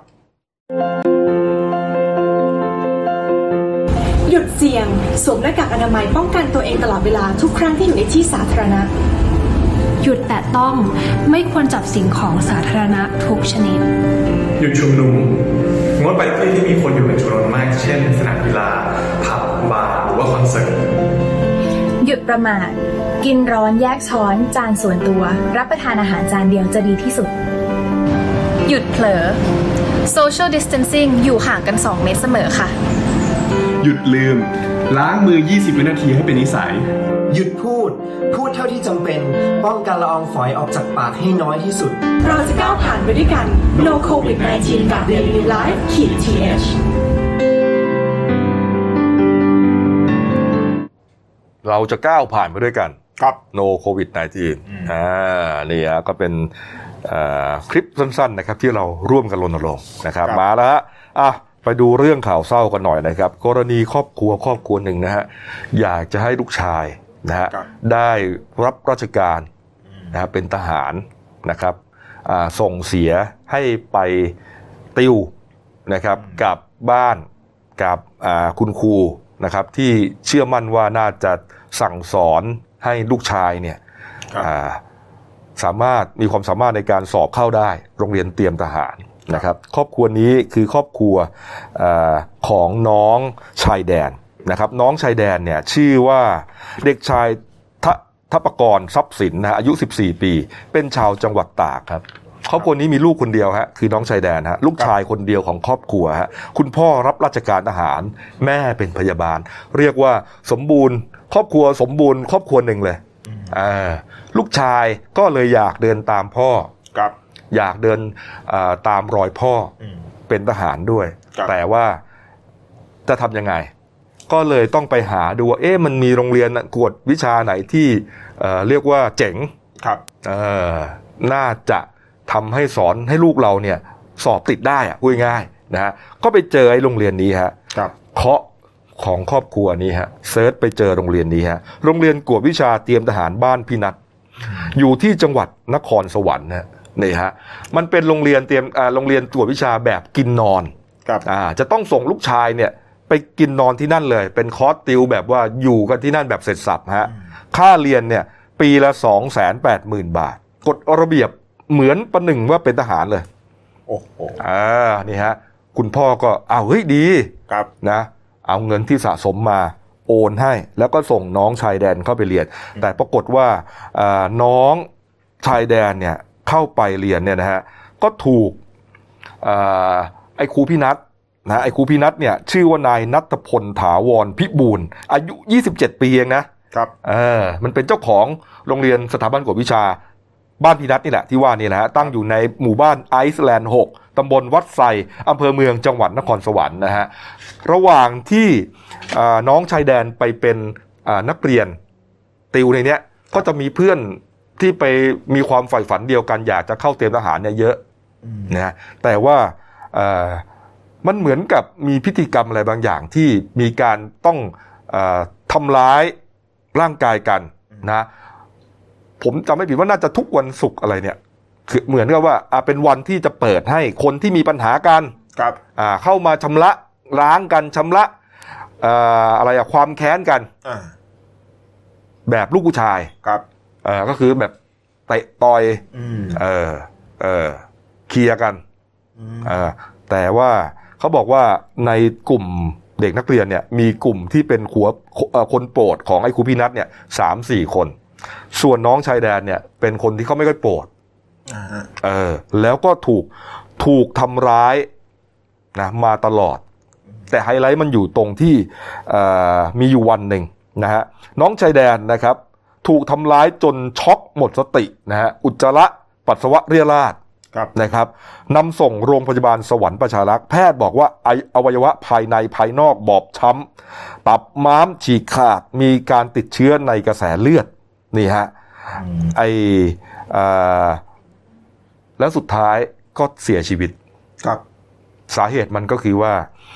หยุดเสี่ยงสวมหน้ากากอนามัยป้องกันตัวเองตลอดเวลาทุกครั้งที่อยู่ในที่สาธารณะ
หยุดแตะต้องไม่ควรจับสิ่งของสาธารณะทุกชนิด
หยุดชุมนุมงดไปที่ที่มีคนอยู่เป็นจำนวนมากเช่นสนามกีฬาผับบาร์หรือว่าคอนเสิร์ต
หยุดประมาทกินร้อนแยกช้อนจานส่วนตัวรับประทานอาหารจานเดียวจะดีที่สุดหยุดเผลอ social distancing อยู่ห่างกันสองเมตรเสมอค่ะ
หยุดลืมล้างมือยี่สิบวินาทีให้เป็นนิสัย
หยุดพูดพูดเท่าที่จำเป็นป้องกันละอองฝอยออกจากปากให้น้อยที่สุด
เราจะก้าวผ่านไปด้วยกัน No โควิด สิบเก้า กับ Daily Life ขีด ที เอช
เราจะก้าวผ่านไปด้วยกัน
ครับ
No โควิด สิบเก้า อ่านี่ฮะก็เป็นคลิปสั้นๆนะครับที่เราร่วมกันรณรงค์นะครับมาแล้วฮะอ่ะไปดูเรื่องข่าวเศร้ากันหน่อยนะครับกรณีครอบครัวครอบครัวหนึ่งนะฮะอยากจะให้ลูกชายนะฮะได้รับราชการนะฮะเป็นทหารนะครับส่งเสียให้ไปติวนะครับกับบ้านกับคุณครูนะครับที่เชื่อมั่นว่าน่าจะสั่งสอนให้ลูกชายเนี่ยสามารถมีความสามารถในการสอบเข้าได้โรงเรียนเตรียมทหารนะครับครอบครัวนี้คือครอบครัวของน้องชายแดนนะครับน้องชายแดนเนี่ยชื่อว่าเด็กชายทัพกรทรัพย์สินนะอายุสิบสี่ปีเป็นชาวจังหวัดตากครับครอบครัวนี้มีลูกคนเดียวฮะคือน้องชายแดนฮะลูกชายคนเดียวของครอบครัวฮะคุณพ่อรับราชการทหารแม่เป็นพยาบาลเรียกว่าสมบูรณ์ครอบครัวสมบูรณ์ครอบครัวหนึ่งเลยอ่าลูกชายก็เลยอยากเดินตามพ่อ
ครับ
อยากเดินตามรอยพ่อเป็นทหารด้วยแต่ว่าจะทำยังไงก็เลยต้องไปหาดูว่าเอ๊ะมันมีโรงเรียนกวดวิชาไหนที่เอ่อเรียกว่าเจ๋ง
ครับ
เอ่อน่าจะทำให้สอนให้ลูกเราเนี่ยสอบติดได้อะพูดง่ายๆนะฮะก็ไปเจอไอ้โรงเรียนนี้ฮะเคาะของครอบครัวนี้ฮะเซิร์ชไปเจอโรงเรียนนี้ฮะโรงเรียนกวดวิชาเตรียมทหารบ้านพี่นัทอยู่ที่จังหวัดนครสวรรค์นะนี่ฮะมันเป็นโรงเรียนเตรียมอ่าโรงเรียนกวดวิชาแบบกินนอนอ่าจะต้องส่งลูกชายเนี่ยไปกินนอนที่นั่นเลยเป็นคอร์สติวแบบว่าอยู่กันที่นั่นแบบเสร็จสับฮะค่าเรียนเนี่ยปีละ สองแสนแปดหมื่น บาทกฎระเบียบเหมือนประหนึ่งว่าเป็นทหารเลย
โอ้โห
อ่านี่ฮะคุณพ่อก็อ้าวเฮ้ยดี
ครับ
นะเอาเงินที่สะสมมาโอนให้แล้วก็ส่งน้องชายแดนเข้าไปเรียนแต่ปรากฏว่าน้องชายแดนเนี่ยเข้าไปเรียนเนี่ยนะฮะก็ถูกไอ้ครูพี่นัทนะไอ้ครูพี่นัทเนี่ยชื่อว่านายณัฐพลถาวรพิบูลอายุยี่สิบเจ็ดปีเองนะครับเออมันเป็นเจ้าของโรงเรียนสถาบันกวดวิชาบ้านพี่นัทนี่แหละที่ว่านี่นะฮะตั้งอยู่ในหมู่บ้านไอซ์แลนด์หกตำบลวัดไซอำเภอเมืองจังหวัดนครสวรรค์นะฮะระหว่างที่น้องชายแดนไปเป็นนักเรียนติวในเนี้ยก็จะมีเพื่อนที่ไปมีความใฝ่ฝันเดียวกันอยากจะเข้าเตรียมทหารเนี่ยเยอะนะแต่ว่ามันเหมือนกับมีพิธีกรรมอะไรบางอย่างที่มีการต้องเอ่อทำร้ายร่างกายกันนะผมจำไม่ผิดว่าน่าจะทุกวันศุกร์อะไรเนี่ยคือเหมือนกับว่าเป็นวันที่จะเปิดให้คนที่มีปัญหากัน
ครับ
อ่าเข้ามาชำระล้างกันชำระเอ่ออะไรอะความแค้นกันแบบลูกผู้ชาย
ครับ
เอ่อก็คือแบบเตะต่อยเออเออเคลียร์กันเออแต่ว่าเขาบอกว่าในกลุ่มเด็กนักเรียนเนี่ยมีกลุ่มที่เป็นหัวคนโปรดของไอ้ครูพี่นัทเนี่ยสามสี่คนส่วนน้องชายแดนเนี่ยเป็นคนที่เขาไม่ค่อยโปรดเออแล้วก็ถูกถูกทำร้ายนะมาตลอดแต่ไฮไลท์มันอยู่ตรงที่มีอยู่วันหนึ่งนะฮะน้องชายแดนนะครับถูกทำร้ายจนช็อกหมดสตินะฮะอุจจาระปัสสาวะเรี่ยราดนะครับนำส่งโรงพยาบาลสวรรค์ประชารักษ์แพทย์บอกว่าอวัยวะภายในภายนอกบอบช้ำตับม้ามฉีกขาดมีการติดเชื้อในกระแสเลือดนี่ฮะไอแล้วสุดท้ายก็เสียชีวิต
ครับ
สาเหตุมันก็คือว่า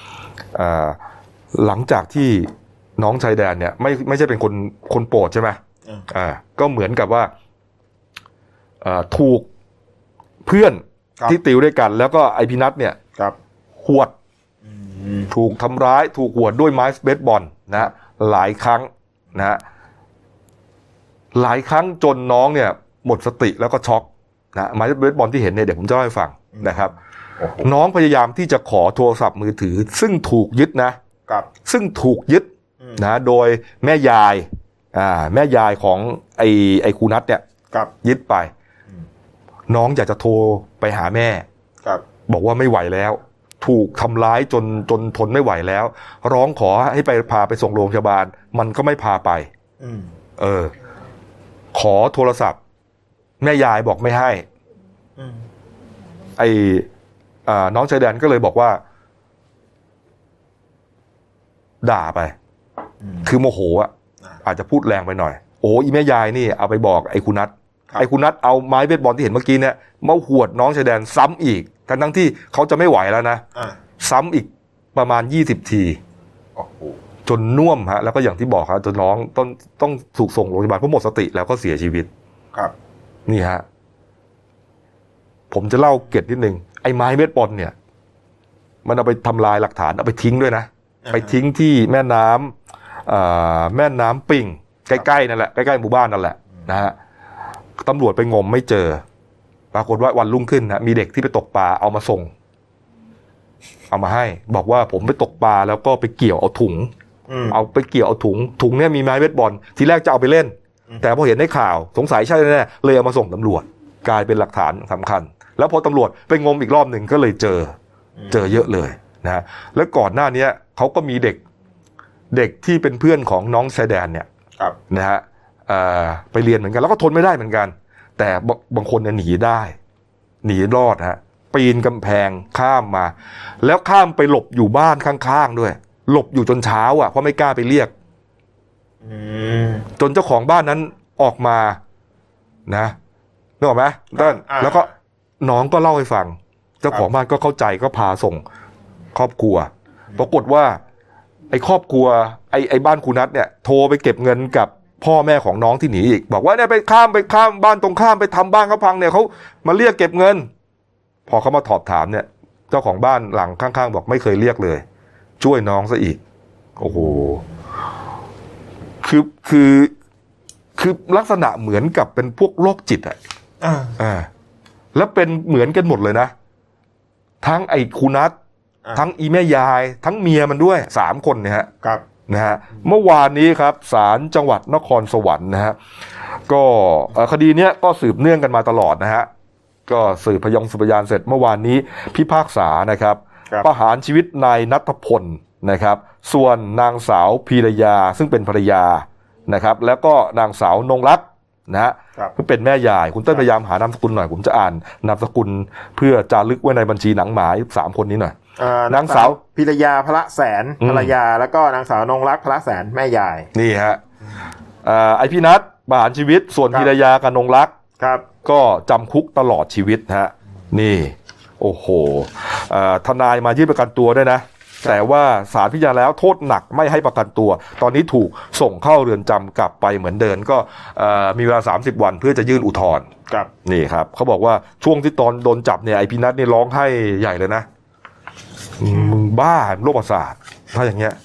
หลังจากที่น้องชายแดนเนี่ยไม่ไม่ใช่เป็นคนคนโปรดใช่ไหมอ่าก็เหมือนกับว่าถูกเพื่อนที่ติวด้วยกันแล้วก็ไอพินัทเนี่ยหวดถูกทำร้ายถูกหวดด้วยไม้เบสบอลนะหลายครั้งนะหลายครั้งจนน้องเนี่ยหมดสติแล้วก็ช็อกนะไม้เบสบอลที่เห็นเนี่ยเดี๋ยวผมจะเล่าให้ฟังนะครับน้องพยายามที่จะขอโทรศัพท์มือถือซึ่งถูกยึดนะซึ่งถูกยึดนะโดยแม่ยายอ่าแม่ยายของไอไอครูนัทเนี่ยยึดไปน้องอยากจะโทรไปหาแม่บอกว่าไม่ไหวแล้วถูกทำร้ายจนจนทนไม่ไหวแล้วร้องขอให้ไปพาไปส่งโรงพยาบาลมันก็ไม่พาไปเออขอโทรศัพท์แม่ยายบอกไม่ให้ไออ่าน้องชายแดนก็เลยบอกว่าด่าไปคือโมโหอ่ะอาจจะพูดแรงไปหน่อยโอ้อีแม่ยายนี่เอาไปบอกไอ้คุณนัทไอ้คุณนัทเอาไม้เบสบอลที่เห็นเมื่อกี้เนี่ยมาหวดน้องชายแดนซ้ำอีกทั้งทั้งที่เขาจะไม่ไหวแล้วนะซ้ำอีกประมาณยี่สิบทีจนน่วมฮะแล้วก็อย่างที่บอกครับจนน้องต้องต้องถูกส่งโรงพยาบาลเพราะหมดสติแล้วก็เสียชีวิต
ครับ
นี่ฮะผมจะเล่าเกร็ดนิดนึงไอ้ไม้เบสบอลเนี่ยมันเอาไปทำลายหลักฐานเอาไปทิ้งด้วยนะไปทิ้งที่แม่น้ำแม่น้ำปิ่งใกล้ๆนั่นแหละใกล้ๆหมู่บ้านนั่นแหละนะฮะตำรวจไปงมไม่เจอปรากฏว่าวันรุ่งขึ้นนะมีเด็กที่ไปตกปลาเอามาส่งเอามาให้บอกว่าผมไปตกปลาแล้วก็ไปเกี่ยวเอาถุงเอาไปเกี่ยวเอาถุงถุงเนี่ยมีไม้เบสบอลทีแรกจะเอาไปเล่นแต่พอเห็นในข่าวสงสัยใช่แน่ๆเลยเอามาส่งตำรวจกลายเป็นหลักฐานสำคัญแล้วพอตำรวจไปงมอีกรอบหนึ่งก็เลยเจอเจอเยอะเลยนะแล้วก่อนหน้านี้เขาก็มีเด็กเด็กที่เป็นเพื่อนของน้องชายแดนเนี่ยนะฮะไปเรียนเหมือนกันแล้วก็ทนไม่ได้เหมือนกันแต่บางคนเนี่ยหนีได้หนีรอดฮะปีนกำแพงข้ามมาแล้วข้ามไปหลบอยู่บ้านข้างๆด้วยหลบอยู่จนเช้าอ่ะเพราะไม่กล้าไปเรียกจนเจ้าของบ้านนั้นออกมานะนึกออกไหมต้นแล้วก็น้องก็เล่าให้ฟังเจ้าของบ้านก็เข้าใจก็พาส่งครอบครัวปรากฏว่าไอ้ครอบครัวไอ้ไอ้บ้านคุณนัทเนี่ยโทรไปเก็บเงินกับพ่อแม่ของน้องที่หนีอีกบอกว่าเนี่ยไปข้ามไปข้ามบ้านตรงข้ามไปทำบ้านเขาพังเนี่ยเขามาเรียกเก็บเงินพอเขามาถอบถามเนี่ยเจ้าของบ้านหลังข้างๆบอกไม่เคยเรียกเลยช่วยน้องซะอีกโอ้โหคือคือคือลักษณะเหมือนกับเป็นพวกโรคจิตอ่ะอ่าอ่าแล้วเป็นเหมือนกันหมดเลยนะทั้งไอ้คุณนัททั้งอีแม่ยายทั้งเมียมันด้วยสามคนเนี่ยฮะ
ครับ
นะฮะเมื่อวานนี้ครับศาลจังหวัดนครสวรรค์นะฮะก็คดีเนี้ยก็สืบเนื่องกันมาตลอดนะฮะก็สืบพยองสืบพยานเสร็จเมื่อวานนี้พิพากษานะครับประหารชีวิตนายณัฐพลนะครับส่วนนางสาวพีรยาซึ่งเป็นภรรยานะครับแล้วก็นางสาวนงรักนะฮะซึ่งเป็นแม่ยายคุณเต้นพยายามหานามสกุลหน่อยผมจะอ่านนามสกุลเพื่อจารึกไว้ในบัญชีหนังหมายสามคนนี้หน่อย
นางสาวพิรยาพระแสนภรรยาแล้วก็นางสาวนงรักพระแสนแม่ยาย
นี่ฮะไอพี่นัทประหารชีวิตส่วนพิรยากับนงรัก
ครับ
ก็จำคุกตลอดชีวิตฮะนี่โอ้โหทนายมายื่นประกันตัวด้วยนะแต่ว่าศาลพิจารณาแล้วโทษหนักไม่ให้ประกันตัวตอนนี้ถูกส่งเข้าเรือนจำกลับไปเหมือนเดิมก็มีเวลาสามสิบวันเพื่อจะยื่นอุทธรณ์
ครับ
นี่ครับเขาบอกว่าช่วงที่ตอนโดนจับเนี่ยไอพี่นัทนี่ร้องไห้ใหญ่เลยนะมึงบ้าโรคประสาทถ้าอย่างเงี้ย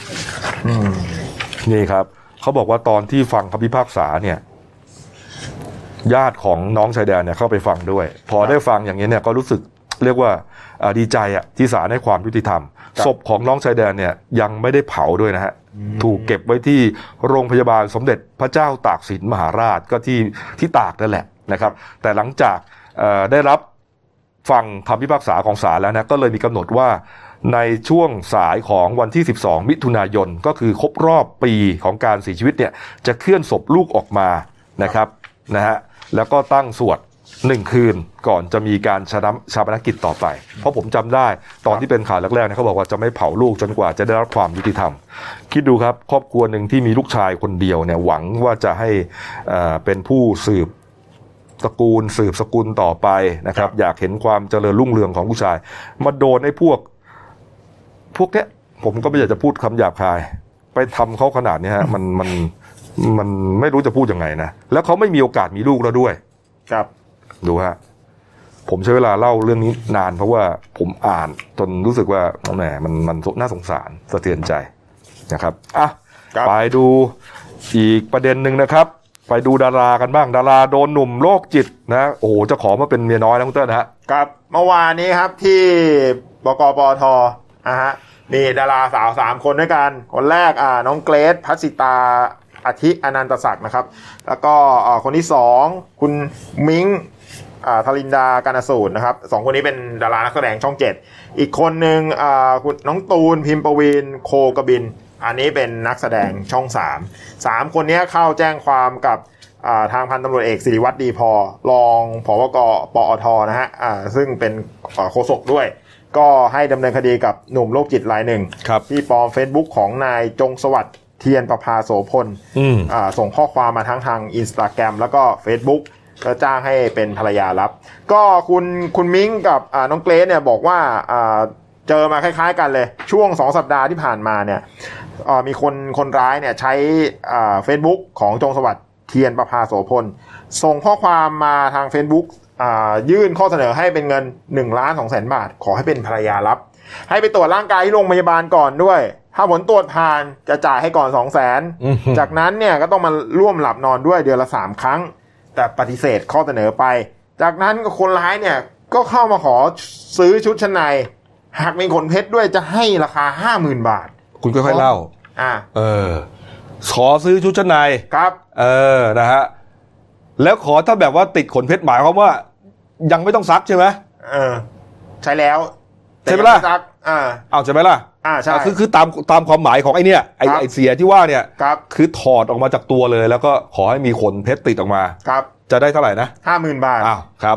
นี่ครับเขาบอกว่าตอนที่ฟังคำพิพากษาเนี่ยญาติของน้องชายแดนเนี่ยเข้าไปฟังด้วยพอได้ฟังอย่างนี้เนี่ยก็รู้สึกเรียกว่าดีใจอ่ะที่ศาลให้ความยุติธรรมศพของน้องชายแดนเนี่ยยังไม่ได้เผาด้วยนะฮะถูกเก็บไว้ที่โรงพยาบาลสมเด็จพระเจ้าตากสินมหาราชก็ที่ที่ตากนั่นแหละนะครับแต่หลังจากได้รับฟังคำพิพากษาของศาลแล้วนะก็เลยมีกำหนดว่าในช่วงสายของวันที่สิบสองมิถุนายนก็คือครบรอบปีของการเสียชีวิตเนี่ยจะเคลื่อนศพลูกออกมานะครับนะฮะแล้วก็ตั้งสวดหนึ่งคืนก่อนจะมีการชาปนกิจต่อไปเพราะผมจำได้ตอนที่เป็นข่าวแรกๆเนี่ยเขาบอกว่าจะไม่เผาลูกจนกว่าจะได้รับความยุติธรรมคิดดูครับครอบครัวหนึ่งที่มีลูกชายคนเดียวเนี่ยหวังว่าจะให้เป็นผู้สืบตระกูลสืบสกุลต่อไปนะครับอยากเห็นความเจริญรุ่งเรืองของลูกชายมาโดนไอ้พวกพวกเนี้ยผมก็ไม่อยากจะพูดคำหยาบคายไปทำเขาขนาดนี้ฮะมันมันมันไม่รู้จะพูดยังไงนะแล้วเขาไม่มีโอกาสมีลูกแล้วด้วย
ครับ
ดูฮะผมใช้เวลาเล่าเรื่องนี้นานเพราะว่าผมอ่านจนรู้สึกว่าแหมมันมันน่าสงสารสะเทือนใจนะครับอ่ะไปดูอีกประเด็นหนึ่งนะครับไปดูดารากันบ้างดาราโดนหนุ่มโรคจิตนะโอ้โหจะขอมาเป็นเมียน้อยนะคุณเต้นนะฮะ
ครับเมื่อวานนี้ครับที่บกปทอ่ะฮะมีดาราสาวสามคนด้วยกันคนแรกอ่าน้องเกรซพัสสิตาอาทิอนันตศักดิ์นะครับแล้วก็คนที่สองคุณมิ้งธลินดากานสูตรนะครับสองคนนี้เป็นดารานักแสดงช่องเจ็ดอีกคนหนึ่งคุณน้องตูนพิมพ์ปวีณโคกบินอันนี้เป็นนักแสดงช่องสามสามคนนี้เข้าแจ้งความกับทางพันตำรวจเอกศิริวัตรดีพอรองผบกปอทนะฮะซึ่งเป็นโฆษกด้วยก็ให้ดำเนินคดีกับหนุ่มโรคจิตรายหนึ่งที่ปลอม Facebook ของนายจงสวัสดิ์เทียนประภาโสพลส่งข้อความมาทั้งทาง Instagram แล้วก็ Facebook ก็จ้างให้เป็นภรรยารับก็คุณคุณมิ้งกับน้องเกรซเนี่ยบอกว่าเจอมาคล้ายๆกันเลยช่วงสองสัปดาห์ที่ผ่านมาเนี่ยมีคนคนร้ายเนี่ยใช้ Facebook ของจงสวัสดิ์เทียนประภาโสพลส่งข้อความมาทาง Facebook ยื่นข้อเสนอให้เป็นเงินหนึ่งล้านสองแสนบาทขอให้เป็นภรรยารับให้ไปตรวจร่างกายที่โรงพยาบาลก่อนด้วยถ้าผลตรวจผ่านจะจ่ายให้ก่อน สองแสน จากนั้นเนี่ยก็ต้องมาร่วมหลับนอนด้วยเดือนละสามครั้งแต่ปฏิเสธข้อเสนอไปจากนั้นก็คนร้ายเนี่ยก็เข้ามาขอซื้อชุดชั้นในหากมีขนเพชรด้วยจะให้ราคา ห้าหมื่น บาท
คุณค่อยๆเล่า
อ่า
เออขอซื้อชุดชั้นใน
ครับ
เออนะฮะแล้วขอถ้าแบบว่าติดขนเพชรหมายความว่ายังไม่ต้องซักใช่ไหม
เออใช่แล้ว
ใช่ไหมล่ะ
ซักอ่า
เอาใช่ไหมล่ะ
อ่าใช่
คือคือตามตามความหมายของไอ้เนี่ยไอ้ไอ้เสียที่ว่าเนี่ยคือถอดออกมาจากตัวเลยแล้วก็ขอให้มีขนเพชรติดออกมา
ครับ
จะได้เท่าไหร่นะ
ห้าหมื่น บาท
อ้าวครับ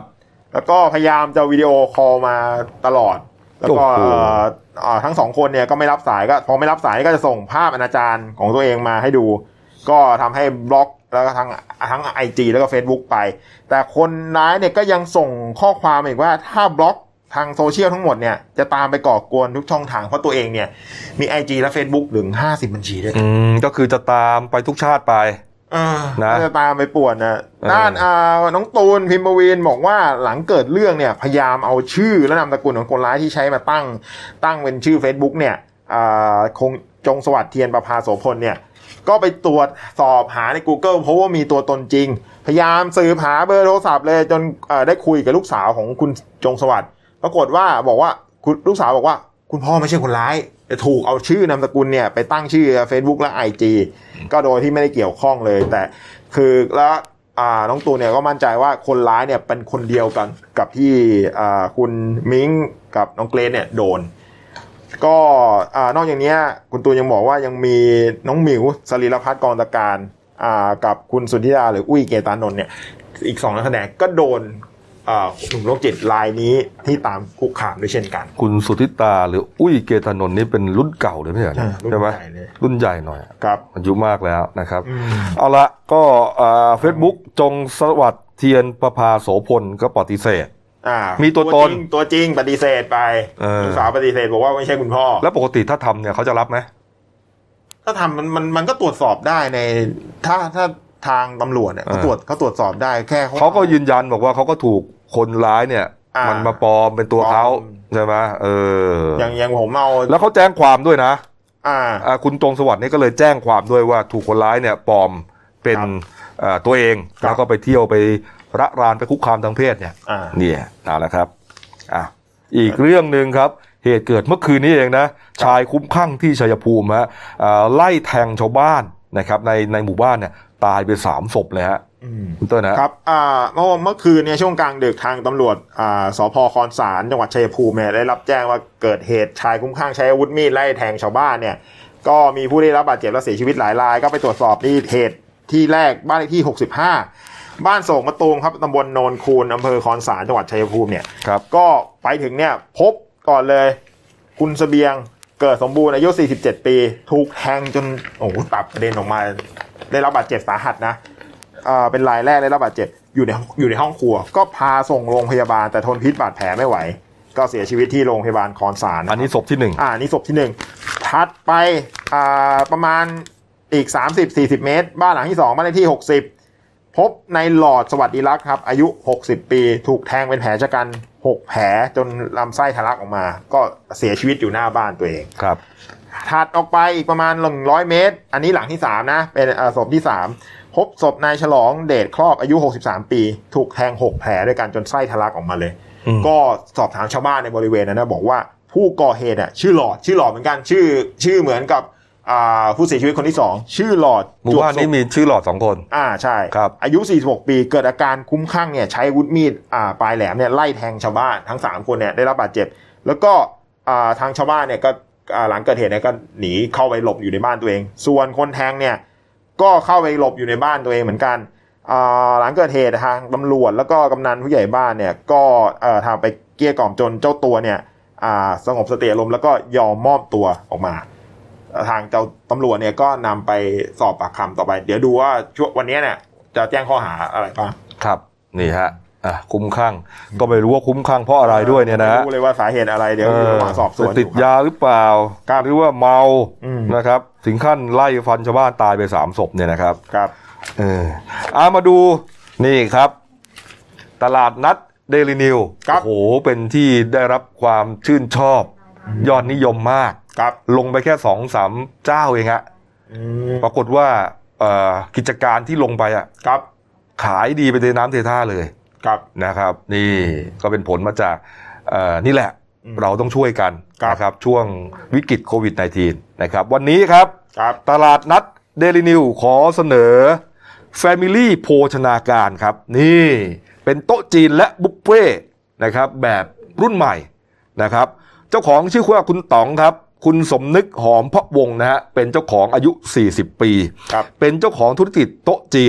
แล้วก็พยายามจะวิดีโอคอลมาตลอดแล้วก็ทั้งสองคนเนี่ยก็ไม่รับสายก็พอไม่รับสายก็จะส่งภาพอนาจารของตัวเองมาให้ดูก็ทำให้บล็อกแล้วก็ทั้งทั้ง ไอ จี แล้วก็ Facebook ไปแต่คนร้ายเนี่ยก็ยังส่งข้อความอีกว่าถ้าบล็อกทางโซเชียลทั้งหมดเนี่ยจะตามไปก่อกวนทุกช่องทางเพราะตัวเองเนี่ยมี ไอ จี และ Facebook ถึงห้าสิบบัญชีด้วยกัน
อืมก็คือจะตามไปทุกชาติไป
นะจะตามไปป่วนนะด้านอ่าน้องตูนพิมพ์วีนบอกว่าหลังเกิดเรื่องเนี่ยพยายามเอาชื่อและนามสกุลของคนร้ายที่ใช้มาตั้งตั้งเป็นชื่อ Facebook เนี่ยอ่าคงจงสวัสดิ์เทียนประภาโสพลเนี่ยก็ไปตรวจสอบหาใน Google เพราะว่ามีตัวตนจริงพยายามสืบหาเบอร์โทรศัพท์เลยจนได้คุยกับลูกสาวของคุณจงสวัสดิ์ปรากฏว่าบอกว่าคุณลูกสาวบอกว่าคุณพ่อไม่ใช่คนร้ายแต่ถูกเอาชื่อนามสกุลเนี่ยไปตั้งชื่อ Facebook และ ไอ จี ก็โดยที่ไม่ได้เกี่ยวข้องเลยแต่คือแล้วอ่าน้องตูนเนี่ยก็มั่นใจว่าคนร้ายเนี่ยเป็นคนเดียวกันกับที่อ่าคุณมิ้งกับน้องเกรซเนี่ยโดนก็อ่านอกจากนี้คุณตูนยังบอกว่ายังมีน้องหมิวสรีรพัฒน์กองตะการอ่ากับคุณสุทธิดาหรืออุ้ยเกตานนท์เนี่ยอีกสองนักแสดงก็โดนหนุ่มโรคจิตรายนี้ที่ตามคุกคามด้วยเช่นกัน
คุณสุทธิตาหรืออุ้ยเกตานนท์นี่เป็นรุ่นเก่าเลยไม่ใช่ใช่ไหมรุ่นใหญ่หน่อย
ครับ
อายุมากแล้วนะครับเอาละก็เฟซบุ๊กจงสวัสดิ์เทียนประภาโสพลก็ปฏิเสธมีตัวตน
ตัวจริงปฏิเสธไปลูกสาวปฏิเสธบอกว่าไม่ใช่คุณพ่อ
แล้วปกติถ้าทำเนี่ยเขาจะรับไหม
ถ้าทำมันมันมันก็ตรวจสอบได้ในถ้าถ้าทางตำรวจเนี่ยเขาตรวจเขาตรวจสอบได้แค่
เขาก็ยืนยันบอกว่าเขาก็ถูกคนร้ายเนี่ยมันมาปลอมเป็นตัวเขาใช่ไหมเออ
อย่างอย่างผมเอา
แล้วเขาแจ้งความด้วยนะอ่าอ่าคุณตรงสวัสดิ์นี่ก็เลยแจ้งความด้วยว่าถูกคนร้ายเนี่ยปลอมเป็นอ่าตัวเองแล้วก็ไปเที่ยวไประรานไปคุกคามทางเพศเนี่ยเนี่ยเอาละครับอ่ะอีกเรื่องนึงครับเหตุเกิดเมื่อคืนนี้เองนะชายคุ้มคลั่งที่ชัยภูมิฮะไล่แทงชาวบ้านนะครับในในหมู่บ้านเนี่ยตายไปสามศพเลยฮะคุณเต้นนะครับ
อ่าเมื่อเมื่อคืนเนี่ยช่วงกลางดึกทางตำรวจอ่าสภ.คอนสารจังหวัดชัยภูมิเนี่ยได้รับแจ้งว่าเกิดเหตุชายคุ้มคลั่งใช้อาวุธมีดไล่แทงชาวบ้านเนี่ยก็มีผู้ได้รับบาดเจ็บและเสียชีวิตหลายรายก็ไปตรวจสอบที่เหตุที่แรกบ้านเลขที่หกสิบห้าบ้านโศกมะตูมครับตำบลโนนคูนอำเภอคอนสารจังหวัดชัยภูมิเนี่ยก็ไปถึงเนี่ยพบก่อนเลยคุณเสบียงเกิดสมบูรณ์อายุสี่สิบเจ็ดปีถูกแทงจนโอ้โหตับกระเด็นออกมาได้รับบาดเจ็บสาหัสนะอ่าเป็นรายแรกได้รับบาดเจ็บอยู่ในอยู่ในห้องครัวก็พาส่งโรงพยาบาลแต่ทนพิษบาดแผลไม่ไหวก็เสียชีวิตที่โรงพยาบาลคอนสาร
อันนี้ศพที่หนึ่ง
อ่านี่ศพที่หนึ่งถัดไปอ่าประมาณอีก สามสิบถึงสี่สิบ เมตรบ้านหลังที่สองบ้านเลขที่หกสิบพบในหลอดสวัสดิรักษ์ครับอายุหกสิบปีถูกแทงเป็นแผลชะกันหกแผลจนลำไส้ทะลักออกมาก็เสียชีวิตอยู่หน้าบ้านตัวเอง
ครับ
ถัดออกไปอีกประมาณหนึ่งร้อยเมตรอันนี้หลังที่สามนะเป็นศพที่สามพบศพนายฉลองเดชครอบอายุหกสิบสามปีถูกแทงหกแผลด้วยกันจนไส้ทะลักออกมาเลยก็สอบถามชาวบ้านในบริเวณนั้นนะบอกว่าผู้ก่อเหตุอ่ะชื่อหลอดชื่อหลอดเหมือนกันชื่อชื่อเหมือนกับอ่าผู้เสียชีวิตคนที่สองชื่อหลอด
หมู่บ้านนี้มีชื่อหลอดสองคน
อ่าใช่
ครับ
อายุสี่สิบหกปีเกิดอาการคุ้มคลั่งเนี่ยใช้อาวุธมีดอ่าปลายแหลมเนี่ยไล่แทงชาวบ้านทั้งสามคนเนี่ยได้รับบาดเจ็บแล้วก็อ่าทางชาวบ้านเนี่ยก็อ่าหลังเกิดเหตุเนี่ยก็หนีเข้าไปหลบอยู่ในบ้านตัวเองส่วนคนแทงเนี่ยก็เข้าไปหลบอยู่ในบ้านตัวเองเหมือนกันอ่าหลังเกิดเหตุทางตำรวจแล้วก็กำนันผู้ใหญ่บ้านเนี่ยก็เอ่อทำไปเกลี้ยกล่อมจนเจ้าตัวเนี่ยอ่าสงบสติอารมณ์แล้วก็ยอมมอบตัวออกมาทางเจ้าตำรวจเนี่ยก็นำไปสอบปากคำต่อไปเดี๋ยวดูว่าช่วงวันนี้เนี่ยจะแจ้งข้อหาอะไรบ้าง
ครับนี่ฮะอ่ะคุ้มคลั่งก็ไม่รู้ว่าคุ้มคลั่งเพราะอะไรด้วยเนี่ยนะ
ไม่รู้เลยว่าสาเหตุอะไรเดี๋ยวระหว่างสอบสวน
ติดยาหรือเปล่าหรือว่าเมานะครับถึงขั้นไล่ฟันชาวบ้านตายไปสามศพเนี่ยนะครับ
ครับ
เออเอามาดูนี่ครับตลาดนัดเดลินิวโอ้โหเป็นที่ได้รับความชื่นชอบยอดนิยมมากลงไปแค่ สองสาม เจ้าเองฮะปรากฏว่ากิจการที่ลงไปอ่ะขายดีไปเทน้ำเทท่าเลยนะครับนี่ก็เป็นผลมาจากนี่แหละเราต้องช่วยกันนะครับช่วงวิกฤตโควิด สิบเก้า นะครับวันนี้ครับตลาดนัดเดลินิวขอเสนอ Family โภชนาการครับนี่เป็นโต๊ะจีนและบุฟเฟ่นะครับแบบรุ่นใหม่นะครับเจ้าของชื่อว่าคุณต๋องครับคุณสมนึกหอมเพาะวงนะฮะเป็นเจ้าของอายุสี่สิบปีเป็นเจ้าของธุรกิจโต๊ะจีน